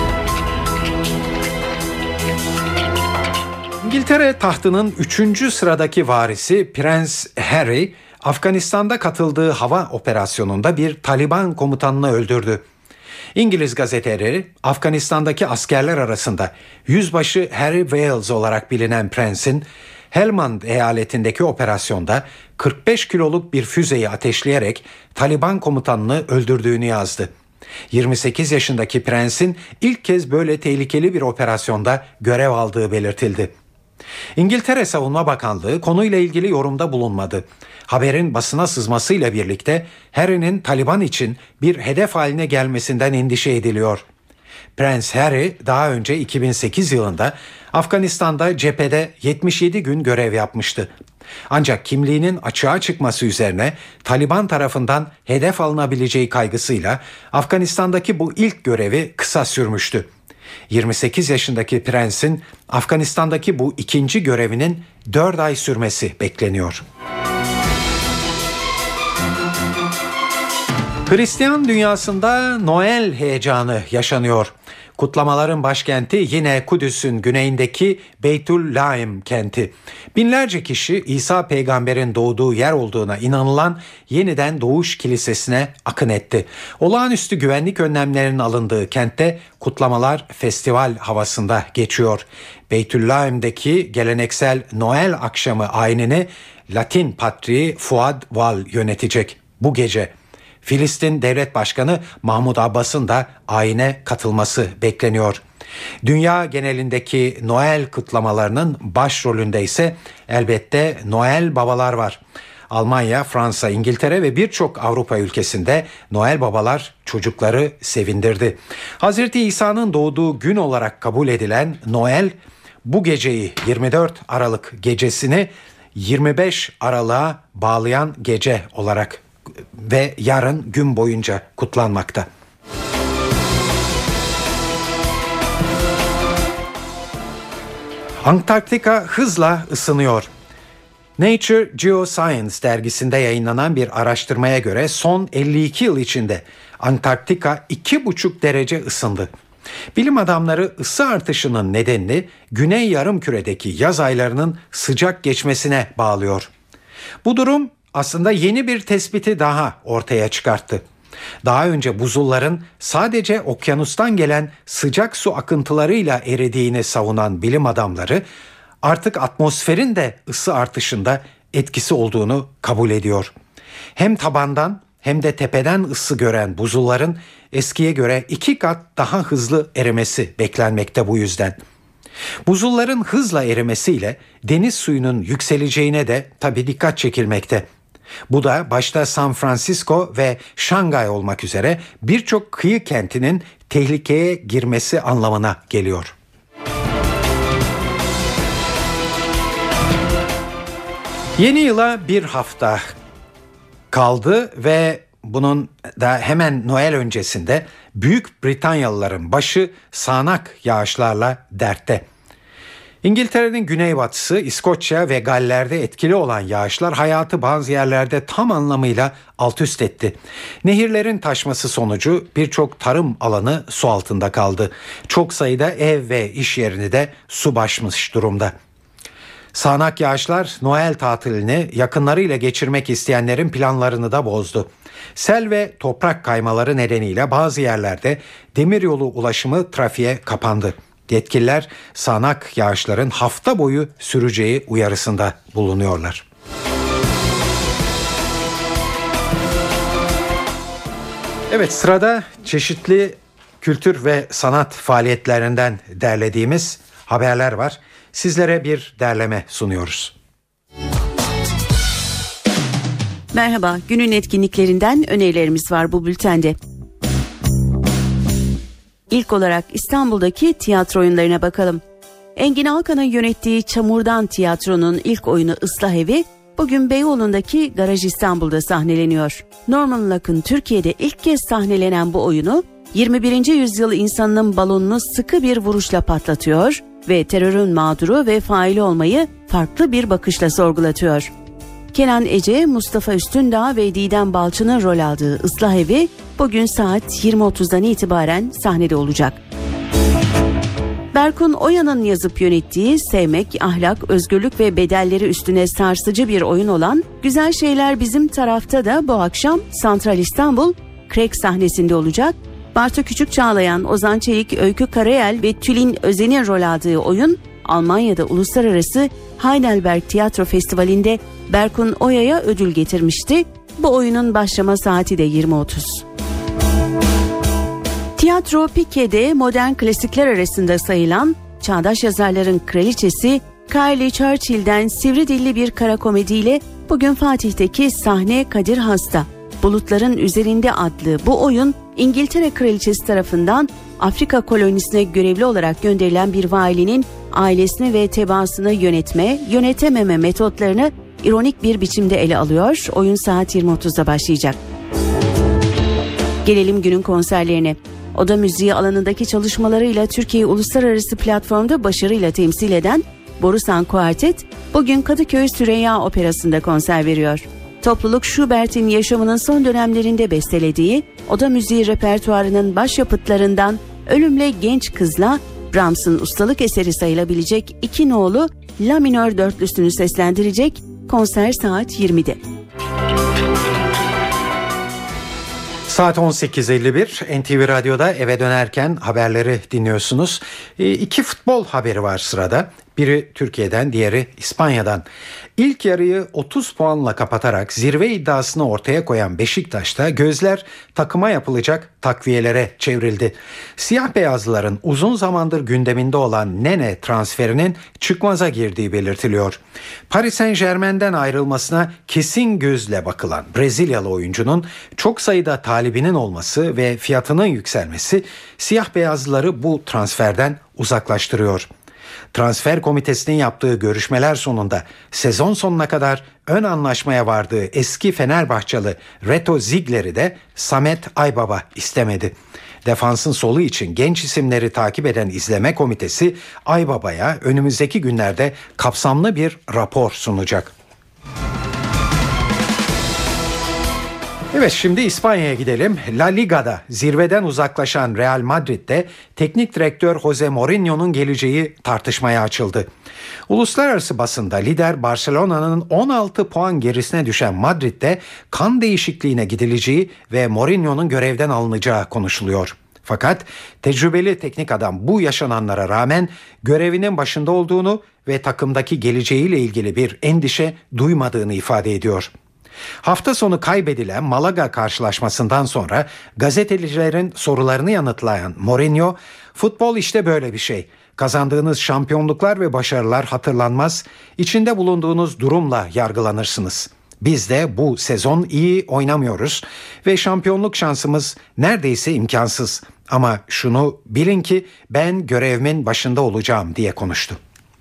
İngiltere tahtının 3. sıradaki varisi Prens Harry, Afganistan'da katıldığı hava operasyonunda bir Taliban komutanını öldürdü. İngiliz gazeteleri Afganistan'daki askerler arasında Yüzbaşı Harry Wales olarak bilinen prensin Helmand eyaletindeki operasyonda 45 kiloluk bir füzeyi ateşleyerek Taliban komutanını öldürdüğünü yazdı. 28 yaşındaki prensin ilk kez böyle tehlikeli bir operasyonda görev aldığı belirtildi. İngiltere Savunma Bakanlığı konuyla ilgili yorumda bulunmadı. Haberin basına sızmasıyla birlikte Harry'nin Taliban için bir hedef haline gelmesinden endişe ediliyor. Prens Harry daha önce 2008 yılında Afganistan'da cephede 77 gün görev yapmıştı. Ancak kimliğinin açığa çıkması üzerine Taliban tarafından hedef alınabileceği kaygısıyla Afganistan'daki bu ilk görevi kısa sürmüştü. 28 yaşındaki prensin Afganistan'daki bu ikinci görevinin 4 ay sürmesi bekleniyor. Hristiyan dünyasında Noel heyecanı yaşanıyor. Kutlamaların başkenti yine Kudüs'ün güneyindeki Beytüllahim kenti. Binlerce kişi İsa peygamberin doğduğu yer olduğuna inanılan Yeniden Doğuş Kilisesi'ne akın etti. Olağanüstü güvenlik önlemlerinin alındığı kentte kutlamalar festival havasında geçiyor. Beytüllahim'deki geleneksel Noel akşamı ayinini Latin Patriği Fuad Val yönetecek bu gece. Filistin Devlet Başkanı Mahmud Abbas'ın da ayine katılması bekleniyor. Dünya genelindeki Noel kutlamalarının başrolünde ise elbette Noel babalar var. Almanya, Fransa, İngiltere ve birçok Avrupa ülkesinde Noel babalar çocukları sevindirdi. Hazreti İsa'nın doğduğu gün olarak kabul edilen Noel bu geceyi 24 Aralık gecesini 25 Aralık'a bağlayan gece olarak ve yarın gün boyunca kutlanmakta. Antarktika hızla ısınıyor. Nature Geoscience dergisinde yayınlanan bir araştırmaya göre son 52 yıl içinde Antarktika 2,5 derece ısındı. Bilim adamları ısı artışının nedenini Güney Yarımküre'deki yaz aylarının sıcak geçmesine bağlıyor. Bu durum aslında yeni bir tespiti daha ortaya çıkarttı. Daha önce buzulların sadece okyanustan gelen sıcak su akıntılarıyla eridiğini savunan bilim adamları artık atmosferin de ısı artışında etkisi olduğunu kabul ediyor. Hem tabandan hem de tepeden ısı gören buzulların eskiye göre 2 kat daha hızlı erimesi beklenmekte bu yüzden. Buzulların hızla erimesiyle deniz suyunun yükseleceğine de tabii dikkat çekilmekte. Bu da başta San Francisco ve Şangay olmak üzere birçok kıyı kentinin tehlikeye girmesi anlamına geliyor. Yeni yıla bir hafta kaldı ve bunun da hemen Noel öncesinde Büyük Britanyalıların başı sağanak yağışlarla dertte. İngiltere'nin güneybatısı, İskoçya ve Galler'de etkili olan yağışlar hayatı bazı yerlerde tam anlamıyla alt üst etti. Nehirlerin taşması sonucu birçok tarım alanı su altında kaldı. Çok sayıda ev ve iş yerini de su basmış durumda. Sağanak yağışlar Noel tatilini yakınlarıyla geçirmek isteyenlerin planlarını da bozdu. Sel ve toprak kaymaları nedeniyle bazı yerlerde demiryolu ulaşımı trafiğe kapandı. Yetkililer sağanak yağışların hafta boyu süreceği uyarısında bulunuyorlar. Evet, sırada çeşitli kültür ve sanat faaliyetlerinden derlediğimiz haberler var. Sizlere bir derleme sunuyoruz. Merhaba, günün etkinliklerinden önerilerimiz var bu bültende. İlk olarak İstanbul'daki tiyatro oyunlarına bakalım. Engin Alkan'ın yönettiği Çamurdan Tiyatro'nun ilk oyunu Islah Evi, bugün Beyoğlu'ndaki Garaj İstanbul'da sahneleniyor. Norman Luck'ın Türkiye'de ilk kez sahnelenen bu oyunu, 21. yüzyıl insanının balonunu sıkı bir vuruşla patlatıyor ve terörün mağduru ve faili olmayı farklı bir bakışla sorgulatıyor. Kenan Ece, Mustafa Üstündağ ve Didem Balçı'nın rol aldığı Islah Evi bugün saat 20.30'dan itibaren sahnede olacak. Berkun Oya'nın yazıp yönettiği sevmek, ahlak, özgürlük ve bedelleri üstüne sarsıcı bir oyun olan Güzel Şeyler Bizim Tarafta da bu akşam Santral İstanbul Krek sahnesinde olacak. Bartu Küçükçağlayan, Ozan Çelik, Öykü Karayel ve Tülin Özen'in rol aldığı oyun Almanya'da Uluslararası Heidelberg Tiyatro Festivali'nde Berkun Oya'ya ödül getirmişti. Bu oyunun başlama saati de 20.30. Tiyatro Pike'de modern klasikler arasında sayılan çağdaş yazarların kraliçesi Kylie Churchill'den sivri dilli bir kara komediyle bugün Fatih'teki sahne Kadir Has'ta. Bulutların Üzerinde adlı bu oyun İngiltere Kraliçesi tarafından Afrika kolonisine görevli olarak gönderilen bir valinin ailesini ve tebaasını yönetememe metotlarını ironik bir biçimde ele alıyor. Oyun saat 20.30'da başlayacak. Gelelim günün konserlerine. Oda müziği alanındaki çalışmalarıyla Türkiye'yi uluslararası platformda başarıyla temsil eden Borusan Kuartet bugün Kadıköy Süreyya Operası'nda konser veriyor. Topluluk Schubert'in yaşamının son dönemlerinde bestelediği oda müziği repertuarının başyapıtlarından Ölümle Genç Kız'la Brahms'ın ustalık eseri sayılabilecek 2 nolu La minör dörtlüsünü seslendirecek. Konser saat 20'de. Saat 18.51 NTV Radyo'da eve dönerken haberleri dinliyorsunuz. 2 futbol haberi var sırada. Biri Türkiye'den, diğeri İspanya'dan. İlk yarıyı 30 puanla kapatarak zirve iddiasını ortaya koyan Beşiktaş'ta gözler takıma yapılacak takviyelere çevrildi. Siyah beyazlıların uzun zamandır gündeminde olan Nene transferinin çıkmaza girdiği belirtiliyor. Paris Saint-Germain'den ayrılmasına kesin gözle bakılan Brezilyalı oyuncunun çok sayıda talibinin olması ve fiyatının yükselmesi siyah beyazlıları bu transferden uzaklaştırıyor. Transfer komitesinin yaptığı görüşmeler sonunda sezon sonuna kadar ön anlaşmaya vardığı eski Fenerbahçeli Reto Ziegler'i de Samet Aybaba istemedi. Defansın solu için genç isimleri takip eden izleme komitesi Aybaba'ya önümüzdeki günlerde kapsamlı bir rapor sunacak. Evet, şimdi İspanya'ya gidelim. La Liga'da zirveden uzaklaşan Real Madrid'de teknik direktör Jose Mourinho'nun geleceği tartışmaya açıldı. Uluslararası basında lider Barcelona'nın 16 puan gerisine düşen Madrid'de kan değişikliğine gidileceği ve Mourinho'nun görevden alınacağı konuşuluyor. Fakat tecrübeli teknik adam bu yaşananlara rağmen görevinin başında olduğunu ve takımdaki geleceğiyle ilgili bir endişe duymadığını ifade ediyor. Hafta sonu kaybedilen Malaga karşılaşmasından sonra gazetecilerin sorularını yanıtlayan Mourinho, "Futbol işte böyle bir şey. Kazandığınız şampiyonluklar ve başarılar hatırlanmaz, içinde bulunduğunuz durumla yargılanırsınız. Biz de bu sezon iyi oynamıyoruz ve şampiyonluk şansımız neredeyse imkansız. Ama şunu bilin ki ben görevimin başında olacağım" diye konuştu.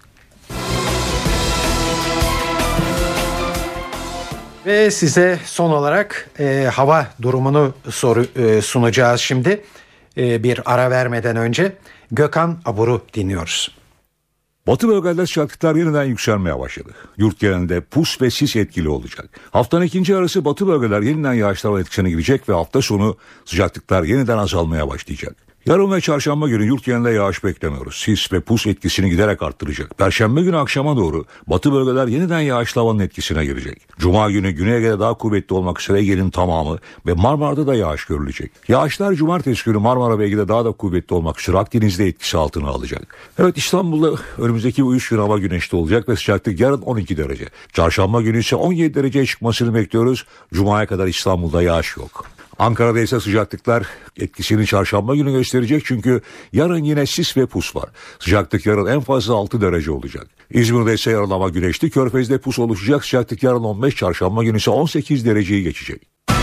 Ve size son olarak hava durumunu sunacağız şimdi. Bir ara vermeden önce Gökhan Abur'u dinliyoruz. Batı bölgelerde sıcaklıklar yeniden yükselmeye başladı. Yurt genelinde pus ve sis etkili olacak. Haftanın ikinci yarısı batı bölgeler yeniden yağışlama etkisine girecek ve hafta sonu sıcaklıklar yeniden azalmaya başlayacak. Yarın ve çarşamba günü yurt genelinde yağış beklemiyoruz. Sis ve pus etkisini giderek arttıracak. Perşembe günü akşama doğru batı bölgeler yeniden yağışlı havanın etkisine girecek. Cuma günü Güney Ege'de daha kuvvetli olmak üzere Ege'nin tamamı ve Marmara'da da yağış görülecek. Yağışlar cumartesi günü Marmara ve Ege'de daha da kuvvetli olmak üzere Akdeniz'de etkisi altına alacak. Evet, İstanbul'da önümüzdeki bu 3 gün hava güneşli olacak ve sıcaklık yarın 12 derece. Çarşamba günü ise 17 dereceye çıkmasını bekliyoruz. Cuma'ya kadar İstanbul'da yağış yok. Ankara'da ise sıcaklıklar etkisini çarşamba günü gösterecek çünkü yarın yine sis ve pus var. Sıcaklık yarın en fazla 6 derece olacak. İzmir'de ise yarın hava güneşli, Körfez'de pus oluşacak, sıcaklık yarın 15, çarşamba günü ise 18 dereceyi geçecek.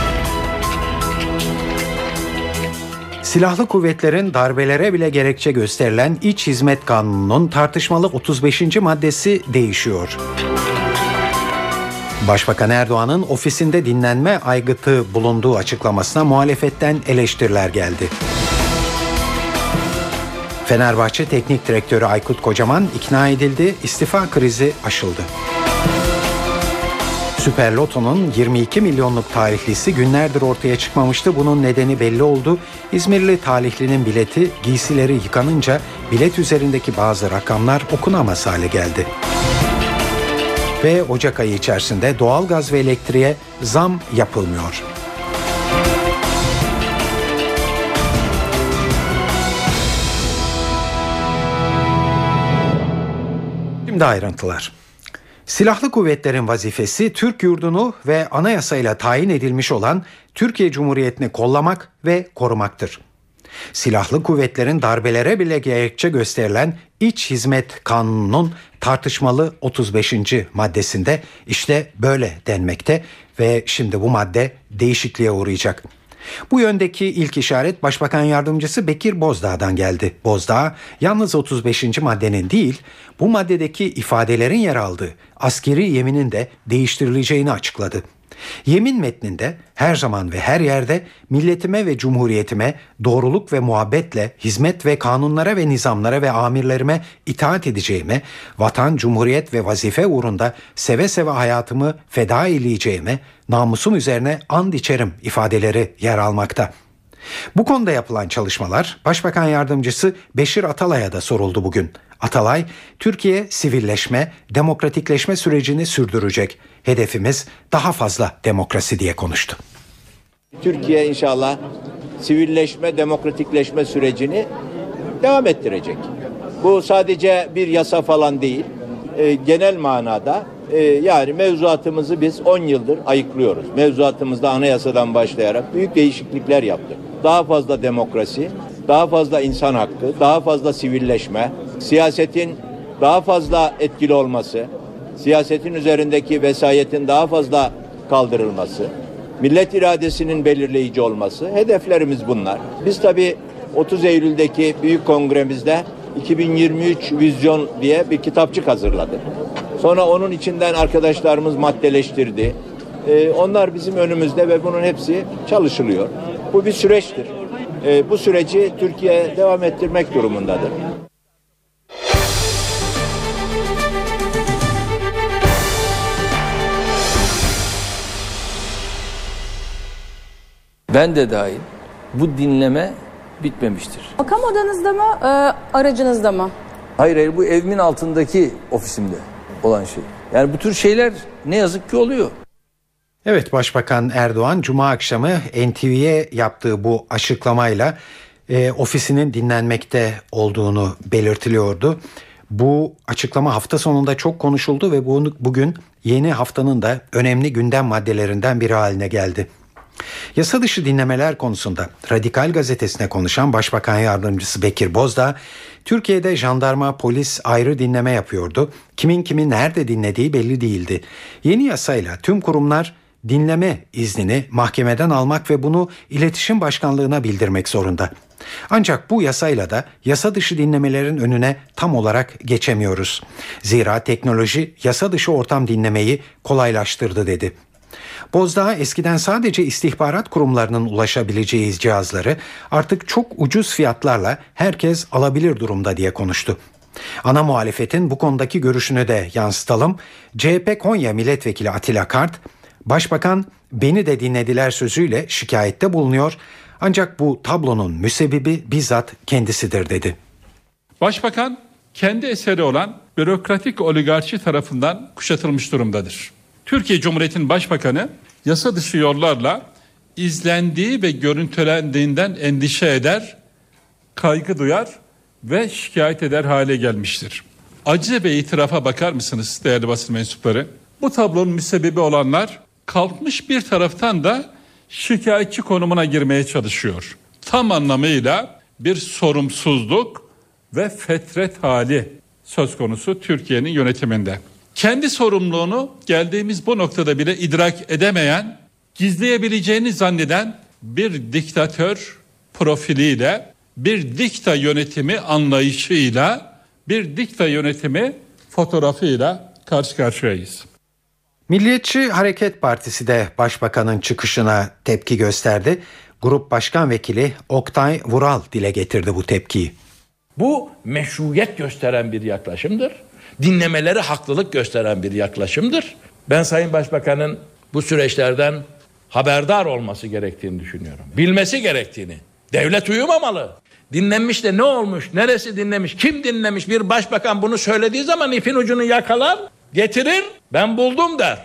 Silahlı kuvvetlerin darbelere bile gerekçe gösterilen İç Hizmet Kanunu'nun tartışmalı 35. maddesi değişiyor. Başbakan Erdoğan'ın ofisinde dinlenme aygıtı bulunduğu açıklamasına muhalefetten eleştiriler geldi. Fenerbahçe Teknik Direktörü Aykut Kocaman ikna edildi, istifa krizi aşıldı. Süper Loto'nun 22 milyonluk talihlisi günlerdir ortaya çıkmamıştı. Bunun nedeni belli oldu. İzmirli talihlinin bileti giysileri yıkanınca bilet üzerindeki bazı rakamlar okunamaz hale geldi. Ve Ocak ayı içerisinde doğalgaz ve elektriğe zam yapılmıyor. Şimdi ayrıntılar. Silahlı kuvvetlerin vazifesi Türk yurdunu ve anayasayla tayin edilmiş olan Türkiye Cumhuriyeti'ni kollamak ve korumaktır. Silahlı kuvvetlerin darbelere bile gerekçe gösterilen İç Hizmet Kanunu'nun tartışmalı 35. maddesinde işte böyle denmekte ve şimdi bu madde değişikliğe uğrayacak. Bu yöndeki ilk işaret Başbakan Yardımcısı Bekir Bozdağ'dan geldi. Bozdağ yalnız 35. maddenin değil, bu maddedeki ifadelerin yer aldığı askeri yeminin de değiştirileceğini açıkladı. Yemin metninde her zaman ve her yerde milletime ve cumhuriyetime doğruluk ve muhabbetle hizmet ve kanunlara ve nizamlara ve amirlerime itaat edeceğime, vatan, cumhuriyet ve vazife uğrunda seve seve hayatımı feda eyleyeceğime, namusum üzerine and içerim ifadeleri yer almakta. Bu konuda yapılan çalışmalar Başbakan Yardımcısı Beşir Atalay'a da soruldu bugün. Atalay, Türkiye sivilleşme, demokratikleşme sürecini sürdürecek. Hedefimiz daha fazla demokrasi diye konuştu. Türkiye inşallah sivilleşme, demokratikleşme sürecini devam ettirecek. Bu sadece bir yasa falan değil. Genel manada yani mevzuatımızı biz 10 yıldır ayıklıyoruz. Mevzuatımızda anayasadan başlayarak büyük değişiklikler yaptık. Daha fazla demokrasi, daha fazla insan hakkı, daha fazla sivilleşme, siyasetin daha fazla etkili olması, siyasetin üzerindeki vesayetin daha fazla kaldırılması, millet iradesinin belirleyici olması, hedeflerimiz bunlar. Biz tabii 30 Eylül'deki büyük kongremizde 2023 vizyon diye bir kitapçık hazırladık. Sonra onun içinden arkadaşlarımız maddeleştirdi. Onlar bizim önümüzde ve bunun hepsi çalışılıyor. Bu bir süreçtir. Bu süreci Türkiye devam ettirmek durumundadır. Ben de dahil bu dinleme bitmemiştir. Makam odanızda mı, aracınızda mı? Hayır, bu evimin altındaki ofisimde olan şey. Yani bu tür şeyler ne yazık ki oluyor. Evet, Başbakan Erdoğan Cuma akşamı NTV'ye yaptığı bu açıklamayla ofisinin dinlenmekte olduğunu belirtiliyordu. Bu açıklama hafta sonunda çok konuşuldu ve bugün yeni haftanın da önemli gündem maddelerinden biri haline geldi. Yasa dışı dinlemeler konusunda Radikal Gazetesi'ne konuşan Başbakan Yardımcısı Bekir Bozdağ, Türkiye'de jandarma, polis ayrı dinleme yapıyordu. Kimin kimi nerede dinlediği belli değildi. Yeni yasayla tüm kurumlar dinleme iznini mahkemeden almak ve bunu İletişim Başkanlığı'na bildirmek zorunda. Ancak bu yasayla da yasa dışı dinlemelerin önüne tam olarak geçemiyoruz. Zira teknoloji yasa dışı ortam dinlemeyi kolaylaştırdı dedi. Bozdağ eskiden sadece istihbarat kurumlarının ulaşabileceği cihazları artık çok ucuz fiyatlarla herkes alabilir durumda diye konuştu. Ana muhalefetin bu konudaki görüşünü de yansıtalım. CHP Konya Milletvekili Atilla Kart, Başbakan beni de dinlediler sözüyle şikayette bulunuyor. Ancak bu tablonun müsebbibi bizzat kendisidir dedi. Başbakan kendi eseri olan bürokratik oligarşi tarafından kuşatılmış durumdadır. Türkiye Cumhuriyeti'nin Başbakanı yasa dışı yollarla izlendiği ve görüntülendiğinden endişe eder, kaygı duyar ve şikayet eder hale gelmiştir. Acı ve itirafa bakar mısınız değerli basın mensupları? Bu tablonun müsebbibi olanlar kalkmış bir taraftan da şikayetçi konumuna girmeye çalışıyor. Tam anlamıyla bir sorumsuzluk ve fetret hali söz konusu Türkiye'nin yönetiminde. Kendi sorumluluğunu geldiğimiz bu noktada bile idrak edemeyen, gizleyebileceğini zanneden bir diktatör profiliyle, bir dikta yönetimi anlayışıyla, bir dikta yönetimi fotoğrafıyla karşı karşıyayız. Milliyetçi Hareket Partisi de Başbakanın çıkışına tepki gösterdi. Grup Başkan Vekili Oktay Vural dile getirdi bu tepkiyi. Bu meşruiyet gösteren bir yaklaşımdır. Dinlemeleri haklılık gösteren bir yaklaşımdır. Ben Sayın Başbakan'ın bu süreçlerden haberdar olması gerektiğini düşünüyorum. Bilmesi gerektiğini. Devlet uyumamalı. Dinlenmiş de ne olmuş, neresi dinlemiş, kim dinlemiş? Bir başbakan bunu söylediği zaman ipin ucunu yakalar, getirir, ben buldum der.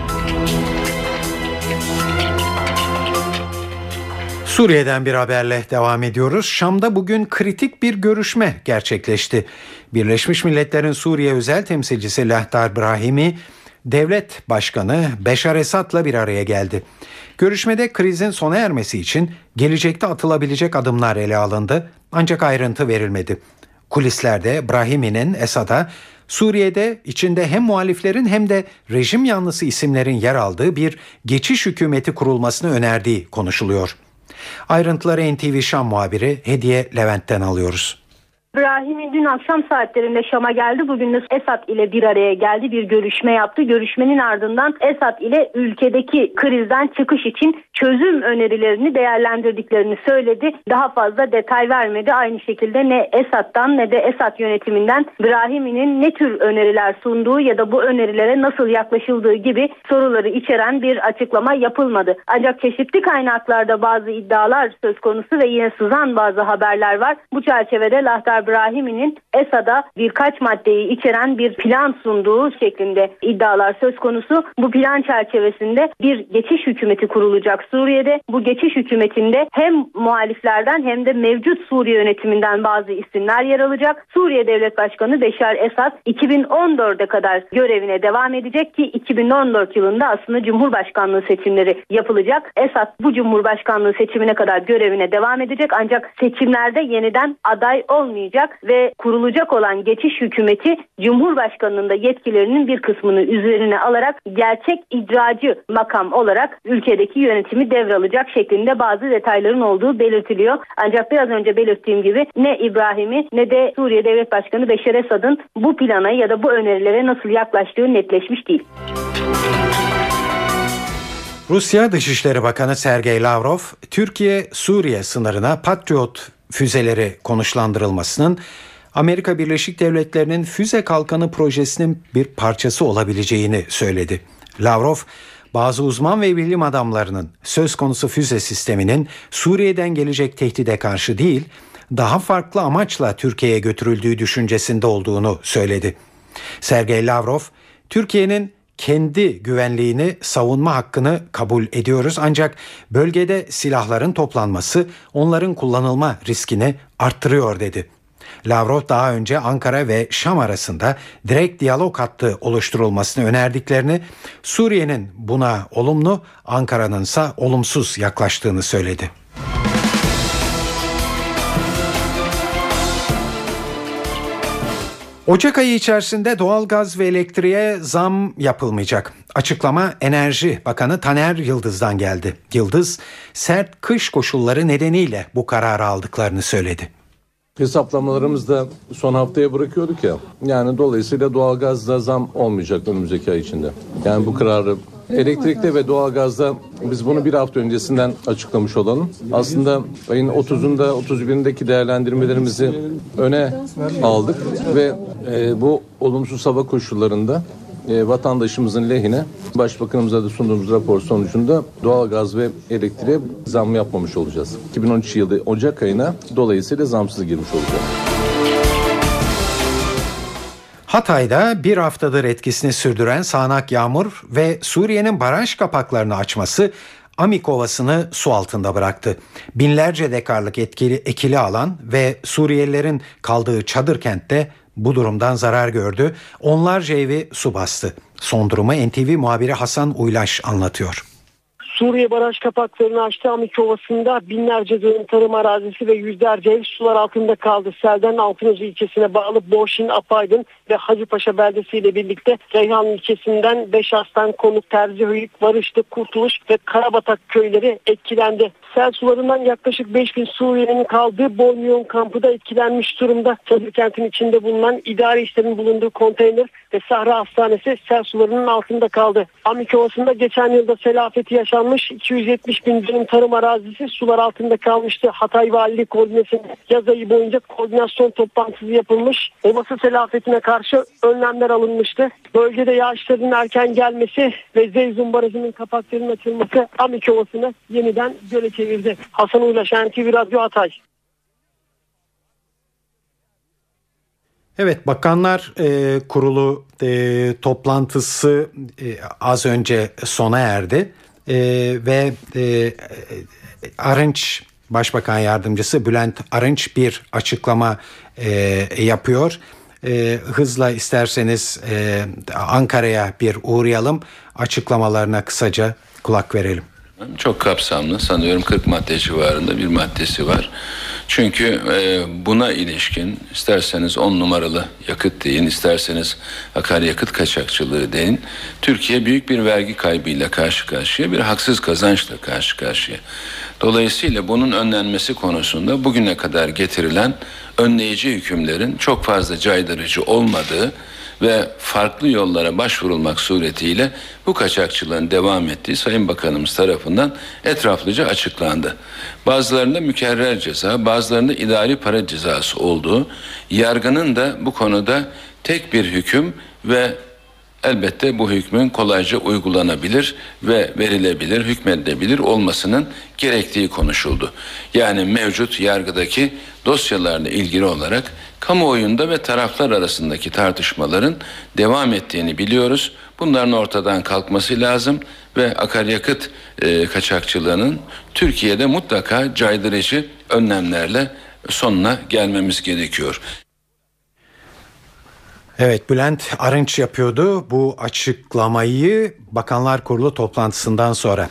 Suriye'den bir haberle devam ediyoruz. Şam'da bugün kritik bir görüşme gerçekleşti. Birleşmiş Milletler'in Suriye özel temsilcisi Lahtar Brahimi, devlet başkanı Beşar Esad'la bir araya geldi. Görüşmede krizin sona ermesi için gelecekte atılabilecek adımlar ele alındı, ancak ayrıntı verilmedi. Kulislerde Brahimi'nin Esad'a Suriye'de içinde hem muhaliflerin hem de rejim yanlısı isimlerin yer aldığı bir geçiş hükümeti kurulmasını önerdiği konuşuluyor. Ayrıntıları NTV Şam muhabiri Hediye Levent'ten alıyoruz. Brahimi dün akşam saatlerinde Şam'a geldi. Bugün de Esad ile bir araya geldi. Bir görüşme yaptı. Görüşmenin ardından Esad ile ülkedeki krizden çıkış için çözüm önerilerini değerlendirdiklerini söyledi. Daha fazla detay vermedi. Aynı şekilde ne Esad'dan ne de Esad yönetiminden Brahimi'nin ne tür öneriler sunduğu ya da bu önerilere nasıl yaklaşıldığı gibi soruları içeren bir açıklama yapılmadı. Ancak çeşitli kaynaklarda bazı iddialar söz konusu ve yine sızan bazı haberler var. Bu çerçevede Lahtar Brahimi'nin Esad'a birkaç maddeyi içeren bir plan sunduğu şeklinde iddialar söz konusu. Bu plan çerçevesinde bir geçiş hükümeti kurulacak Suriye'de. Bu geçiş hükümetinde hem muhaliflerden hem de mevcut Suriye yönetiminden bazı isimler yer alacak. Suriye Devlet Başkanı Beşar Esad 2014'e kadar görevine devam edecek ki 2014 yılında aslında Cumhurbaşkanlığı seçimleri yapılacak. Esad bu Cumhurbaşkanlığı seçimine kadar görevine devam edecek ancak seçimlerde yeniden aday olmayacak ve kurulacak olan geçiş hükümeti Cumhurbaşkanının da yetkilerinin bir kısmını üzerine alarak gerçek icracı makam olarak ülkedeki yönetimi devralacak şeklinde bazı detayların olduğu belirtiliyor. Ancak biraz önce belirttiğim gibi ne İbrahim'i ne de Suriye Devlet Başkanı Beşar Esad'ın bu plana ya da bu önerilere nasıl yaklaştığı netleşmiş değil. Rusya Dışişleri Bakanı Sergey Lavrov, Türkiye-Suriye sınırına Patriot füzeleri konuşlandırılmasının Amerika Birleşik Devletleri'nin füze kalkanı projesinin bir parçası olabileceğini söyledi. Lavrov, bazı uzman ve bilim adamlarının söz konusu füze sisteminin Suriye'den gelecek tehdide karşı değil, daha farklı amaçla Türkiye'ye götürüldüğü düşüncesinde olduğunu söyledi. Sergey Lavrov, Türkiye'nin kendi güvenliğini savunma hakkını kabul ediyoruz ancak bölgede silahların toplanması onların kullanılma riskini arttırıyor dedi. Lavrov daha önce Ankara ve Şam arasında direkt diyalog hattı oluşturulmasını önerdiklerini, Suriye'nin buna olumlu, Ankara'nın ise olumsuz yaklaştığını söyledi. Ocak ayı içerisinde doğalgaz ve elektriğe zam yapılmayacak. Açıklama Enerji Bakanı Taner Yıldız'dan geldi. Yıldız, sert kış koşulları nedeniyle bu kararı aldıklarını söyledi. Hesaplamalarımızda son haftaya bırakıyorduk ya. Yani dolayısıyla doğalgazda zam olmayacak önümüzdeki ay içinde. Yani bu kararı elektrikte ve doğalgazda biz bunu bir hafta öncesinden açıklamış olalım. Aslında ayın 30'unda 31'indeki değerlendirmelerimizi öne aldık ve bu olumsuz hava koşullarında vatandaşımızın lehine Başbakanımıza da sunduğumuz rapor sonucunda doğalgaz ve elektriğe zam yapmamış olacağız. 2013 yılı Ocak ayına dolayısıyla zamsız girmiş olacağız. Hatay'da bir haftadır etkisini sürdüren sağanak yağmur ve Suriye'nin baraj kapaklarını açması Amik Ovası'nı su altında bıraktı. Binlerce dekarlık ekili alan ve Suriyelilerin kaldığı çadır kentte bu durumdan zarar gördü. Onlarca evi su bastı. Son durumu NTV muhabiri Hasan Uylaş anlatıyor. Suriye baraj kapaklarını açtı. Amik Ovası'nda binlerce dönüm tarım arazisi ve yüzlerce ev sular altında kaldı. Selden Altınözü ilçesine bağlı Borşin, Apaydın ve Hacıpaşa beldesiyle birlikte Reyhan ilçesinden Beşas'tan Konuk, Terzihöyük, Barışlı, Kurtuluş ve Karabatak köyleri etkilendi. Sel sularından yaklaşık 5000 Suriyelinin kaldığı Bormiyon kampı da etkilenmiş durumda. Çadır kentin içinde bulunan idari işlerin bulunduğu konteyner ve Sahra Hastanesi sel sularının altında kaldı. Amik Ovası'nda geçen yılda sel afeti yaşanmış, 270 bin dönüm tarım arazisi sular altında kalmıştı. Hatay Valiliği koordinesinde yaz ayı boyunca koordinasyon toplantısı yapılmış. Olası sel afetine karşı önlemler alınmıştı. Bölgede yağışların erken gelmesi ve Zeyzun Barajı'nın kapaklarının açılması Amik Ovası'nı yeniden göle çevirdi. Hasan Uylaş, NTV Radyo, Hatay. Evet, Bakanlar Kurulu toplantısı az önce sona erdi ve Arınç, Başbakan Yardımcısı Bülent Arınç bir açıklama yapıyor. Hızla isterseniz Ankara'ya bir uğrayalım, açıklamalarına kısaca kulak verelim. Çok kapsamlı, sanıyorum 40 madde civarında bir maddesi var. Çünkü buna ilişkin isterseniz 10 numaralı yakıt deyin, isterseniz akaryakıt kaçakçılığı deyin. Türkiye büyük bir vergi kaybıyla karşı karşıya, bir haksız kazançla karşı karşıya. Dolayısıyla bunun önlenmesi konusunda bugüne kadar getirilen önleyici hükümlerin çok fazla caydırıcı olmadığı ve farklı yollara başvurulmak suretiyle bu kaçakçılığın devam ettiği Sayın Bakanımız tarafından etraflıca açıklandı. Bazılarında mükerrer ceza, bazılarında idari para cezası olduğu, yargının da bu konuda tek bir hüküm ve elbette bu hükmün kolayca uygulanabilir ve verilebilir, hükmedilebilir olmasının gerektiği konuşuldu. Yani mevcut yargıdaki dosyalarla ilgili olarak kamuoyunda ve taraflar arasındaki tartışmaların devam ettiğini biliyoruz. Bunların ortadan kalkması lazım ve akaryakıt kaçakçılığının Türkiye'de mutlaka caydırıcı önlemlerle sonuna gelmemiz gerekiyor. Evet, Bülent Arınç yapıyordu bu açıklamayı Bakanlar Kurulu toplantısından sonra.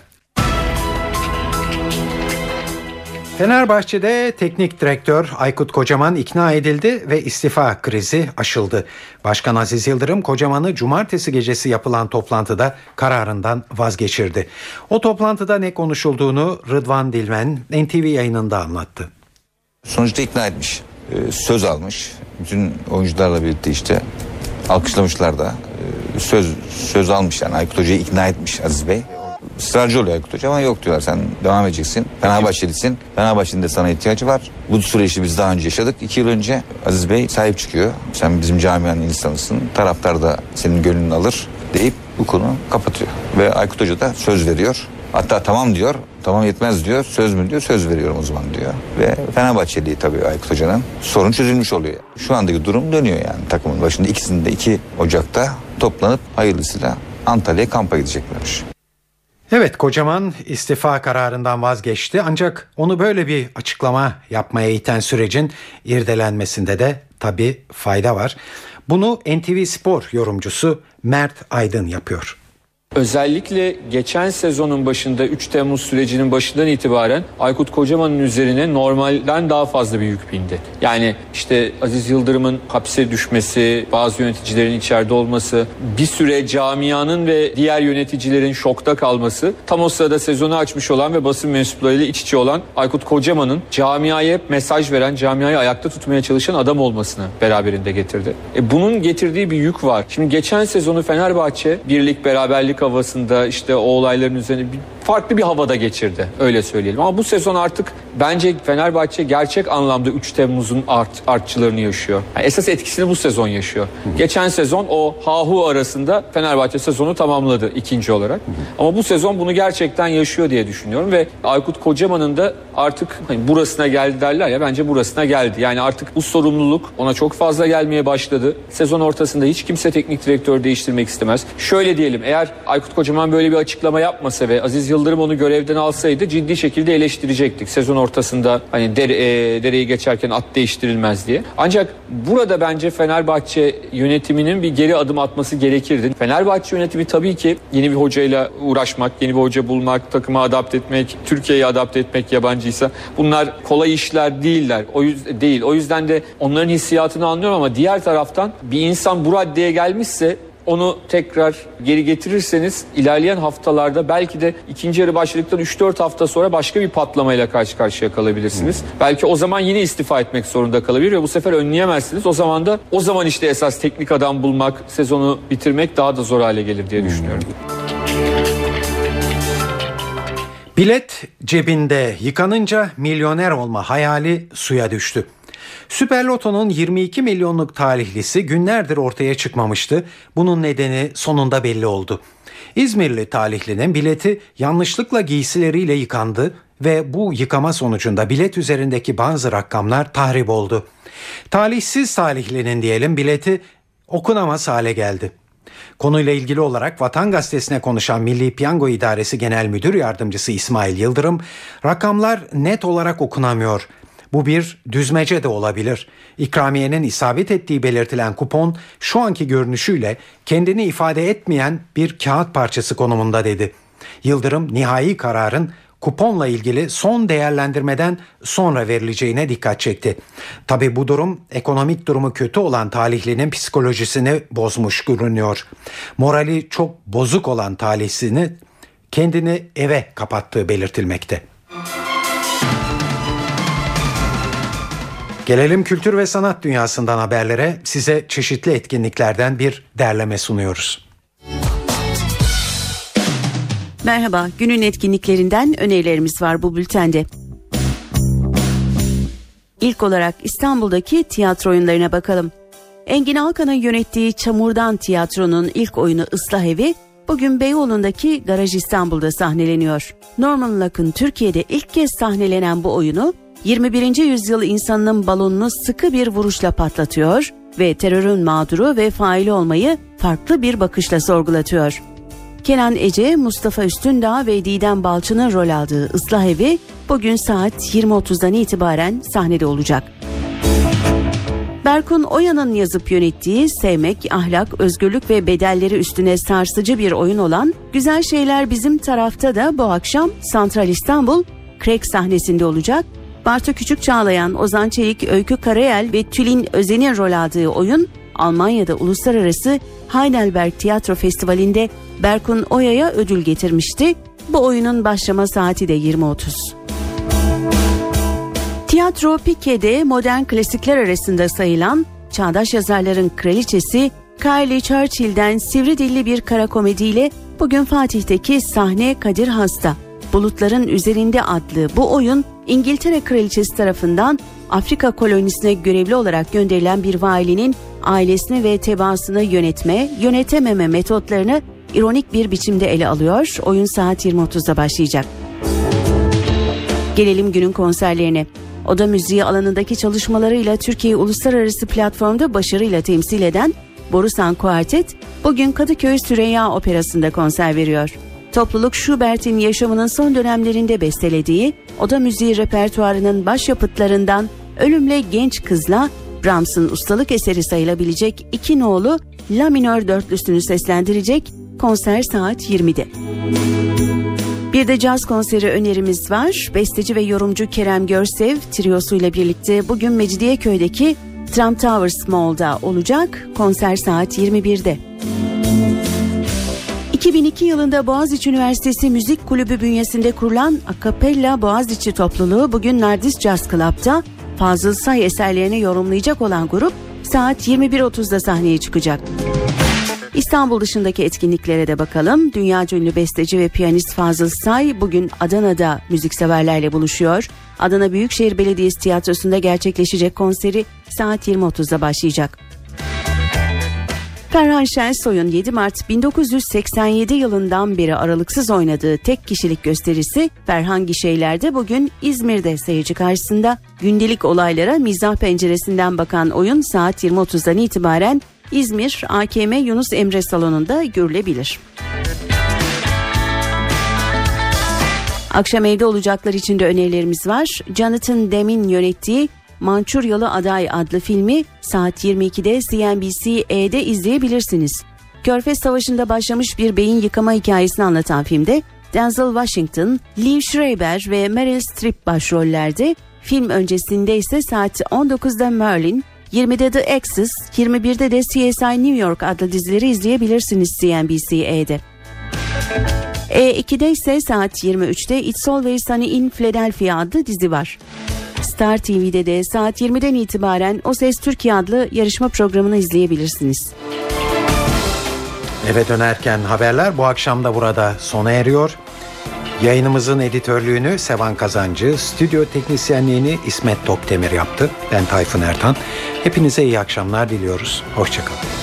Fenerbahçe'de teknik direktör Aykut Kocaman ikna edildi ve istifa krizi aşıldı. Başkan Aziz Yıldırım Kocaman'ı cumartesi gecesi yapılan toplantıda kararından vazgeçirdi. O toplantıda ne konuşulduğunu Rıdvan Dilmen NTV yayınında anlattı. Sonuçta ikna etmiş, söz almış. Bütün oyuncularla birlikte işte alkışlamışlar da söz almış, yani Aykut Hoca'yı ikna etmiş Aziz Bey. Israrcı oluyor Aykut Hoca ama yok diyorlar, sen devam edeceksin. Fenerbahçelisin. Fenerbahçe'nin de sana ihtiyacı var. Bu süreci biz daha önce yaşadık. 2 yıl önce Aziz Bey sahip çıkıyor. Sen bizim camianın insanısın. Taraftar da senin gönlünü alır deyip bu konu kapatıyor. Ve Aykut Hoca da söz veriyor. Hatta tamam diyor. Tamam yetmez diyor. Söz mü diyor. Söz veriyorum o zaman diyor. Ve Fenerbahçeli tabii Aykut Hoca'nın sorun çözülmüş oluyor. Şu andaki durum dönüyor yani takımın başında. İkisinin de 2 Ocak'ta toplanıp hayırlısıyla Antalya'ya kampa gideceklermiş. Evet, Kocaman istifa kararından vazgeçti ancak onu böyle bir açıklama yapmaya iten sürecin irdelenmesinde de tabii fayda var. Bunu NTV Spor yorumcusu Mert Aydın yapıyor. Özellikle geçen sezonun başında 3 Temmuz sürecinin başından itibaren Aykut Kocaman'ın üzerine normalden daha fazla bir yük bindi. Yani işte Aziz Yıldırım'ın hapse düşmesi, bazı yöneticilerin içeride olması, bir süre camianın ve diğer yöneticilerin şokta kalması, tam o sırada sezonu açmış olan ve basın mensuplarıyla iç içe olan Aykut Kocaman'ın camiaya hep mesaj veren, camiayı ayakta tutmaya çalışan adam olmasını beraberinde getirdi. Bunun getirdiği bir yük var. Şimdi geçen sezonu Fenerbahçe birlik, beraberlik havasında işte o olayların üzerine farklı bir havada geçirdi. Öyle söyleyelim. Ama bu sezon artık bence Fenerbahçe gerçek anlamda 3 Temmuz'un artçılarını yaşıyor. Yani esas etkisini bu sezon yaşıyor. Geçen sezon o ha-hu arasında Fenerbahçe sezonu tamamladı ikinci olarak. Ama bu sezon bunu gerçekten yaşıyor diye düşünüyorum ve Aykut Kocaman'ın da artık hani burasına geldi derler ya, bence burasına geldi. Yani artık bu sorumluluk ona çok fazla gelmeye başladı. Sezon ortasında hiç kimse teknik direktör değiştirmek istemez. Şöyle diyelim, eğer Aykut Kocaman böyle bir açıklama yapmasa ve Aziz Yıldırım onu görevden alsaydı ciddi şekilde eleştirecektik. Sezon ortasında hani dereyi geçerken at değiştirilmez diye. Ancak burada bence Fenerbahçe yönetiminin bir geri adım atması gerekirdi. Fenerbahçe yönetimi tabii ki yeni bir hocayla uğraşmak, yeni bir hoca bulmak, takıma adapte etmek, Türkiye'yi adapte etmek yabancıysa bunlar kolay işler değiller. O yüzden de onların hissiyatını anlıyorum ama diğer taraftan bir insan bu raddeye gelmişse onu tekrar geri getirirseniz ilerleyen haftalarda belki de ikinci yarı başladıktan 3-4 hafta sonra başka bir patlamayla karşı karşıya kalabilirsiniz. Belki o zaman yine istifa etmek zorunda kalabilir ve bu sefer önleyemezsiniz. O zaman işte esas teknik adam bulmak, sezonu bitirmek daha da zor hale gelir diye düşünüyorum. Bilet cebinde yıkanınca milyoner olma hayali suya düştü. Süper Loto'nun 22 milyonluk talihlisi günlerdir ortaya çıkmamıştı. Bunun nedeni sonunda belli oldu. İzmirli talihlinin bileti yanlışlıkla giysileriyle yıkandı ve bu yıkama sonucunda bilet üzerindeki bazı rakamlar tahrip oldu. Talihsiz talihlinin diyelim bileti okunamaz hale geldi. Konuyla ilgili olarak Vatan Gazetesi'ne konuşan Milli Piyango İdaresi Genel Müdür Yardımcısı İsmail Yıldırım, rakamlar net olarak okunamıyor. Bu bir düzmece de olabilir. İkramiyenin isabet ettiği belirtilen kupon şu anki görünüşüyle kendini ifade etmeyen bir kağıt parçası konumunda dedi. Yıldırım nihai kararın kuponla ilgili son değerlendirmeden sonra verileceğine dikkat çekti. Tabii bu durum ekonomik durumu kötü olan talihlinin psikolojisini bozmuş görünüyor. Morali çok bozuk olan talihsini kendini eve kapattığı belirtilmekte. Gelelim kültür ve sanat dünyasından haberlere. Size çeşitli etkinliklerden bir derleme sunuyoruz. Merhaba, günün etkinliklerinden önerilerimiz var bu bültende. İlk olarak İstanbul'daki tiyatro oyunlarına bakalım. Engin Alkan'ın yönettiği Çamurdan Tiyatro'nun ilk oyunu Islah Evi, bugün Beyoğlu'ndaki Garaj İstanbul'da sahneleniyor. Norman Luck'ın Türkiye'de ilk kez sahnelenen bu oyunu, 21. yüzyıl insanının balonunu sıkı bir vuruşla patlatıyor ve terörün mağduru ve faili olmayı farklı bir bakışla sorgulatıyor. Kenan Ece, Mustafa Üstündağ ve Didem Balçı'nın rol aldığı Islah Evi bugün saat 20.30'dan itibaren sahnede olacak. Berkun Oya'nın yazıp yönettiği sevmek, ahlak, özgürlük ve bedelleri üstüne sarsıcı bir oyun olan Güzel Şeyler Bizim Tarafta da bu akşam Santral İstanbul Krek sahnesinde olacak. Bartu Küçük Çağlayan, Ozan Çelik, Öykü Karayel ve Tülin Özen'in rol aldığı oyun Almanya'da Uluslararası Heidelberg Tiyatro Festivali'nde Berkun Oya'ya ödül getirmişti. Bu oyunun başlama saati de 20.30. Tiyatro Pike'de modern klasikler arasında sayılan çağdaş yazarların kraliçesi Kylie Churchill'den sivri dilli bir kara komediyle bugün Fatih'teki sahne Kadir Has'ta. Bulutların Üzerinde adlı bu oyun İngiltere Kraliçesi tarafından Afrika kolonisine görevli olarak gönderilen bir valinin ailesini ve tebaasını yönetememe metotlarını ironik bir biçimde ele alıyor. Oyun saat 20.30'da başlayacak. Gelelim günün konserlerine. Oda müziği alanındaki çalışmalarıyla Türkiye'yi uluslararası platformda başarıyla temsil eden Borusan Kuartet bugün Kadıköy Süreyya Operası'nda konser veriyor. Topluluk Schubert'in yaşamının son dönemlerinde bestelediği oda müziği repertuarının başyapıtlarından Ölümle Genç Kız'la Brahms'ın ustalık eseri sayılabilecek 2 nolu La minör dörtlüsünü seslendirecek. Konser saat 20'de. Bir de caz konseri önerimiz var. Besteci ve yorumcu Kerem Görsev triosuyla birlikte bugün Mecidiyeköy'deki Trump Towers Mall'da olacak. Konser saat 21'de. 2002 yılında Boğaziçi Üniversitesi Müzik Kulübü bünyesinde kurulan Akapella Boğaziçi topluluğu bugün Nardis Jazz Club'da Fazıl Say eserlerini yorumlayacak olan grup saat 21.30'da sahneye çıkacak. İstanbul dışındaki etkinliklere de bakalım. Dünyaca ünlü besteci ve piyanist Fazıl Say bugün Adana'da müzikseverlerle buluşuyor. Adana Büyükşehir Belediyesi Tiyatrosu'nda gerçekleşecek konseri saat 20.30'da başlayacak. Ferhan Şensoy'un 7 Mart 1987 yılından beri aralıksız oynadığı tek kişilik gösterisi Ferhan Gişeyler'de bugün İzmir'de seyirci karşısında gündelik olaylara mizah penceresinden bakan oyun saat 20.30'dan itibaren İzmir AKM Yunus Emre Salonu'nda görülebilir. Akşam evde olacaklar için de önerilerimiz var. Jonathan Demme'in yönettiği Mançuryalı Aday adlı filmi saat 22'de CNBC-E'de izleyebilirsiniz. Körfez Savaşı'nda başlamış bir beyin yıkama hikayesini anlatan filmde Denzel Washington, Liev Schreiber ve Meryl Streep başrollerde. Film öncesinde ise saat 19'da Merlin, 20'de The Exes, 21'de de CSI New York adlı dizileri izleyebilirsiniz CNBC-E'de. E2'de ise saat 23'te It's Always Sunny in Philadelphia adlı dizi var. Star TV'de de saat 20'den itibaren O Ses Türkiye adlı yarışma programını izleyebilirsiniz. Eve dönerken haberler bu akşam da burada sona eriyor. Yayınımızın editörlüğünü Sevan Kazancı, stüdyo teknisyenliğini İsmet Tokdemir yaptı. Ben Tayfun Ertan. Hepinize iyi akşamlar diliyoruz. Hoşçakalın.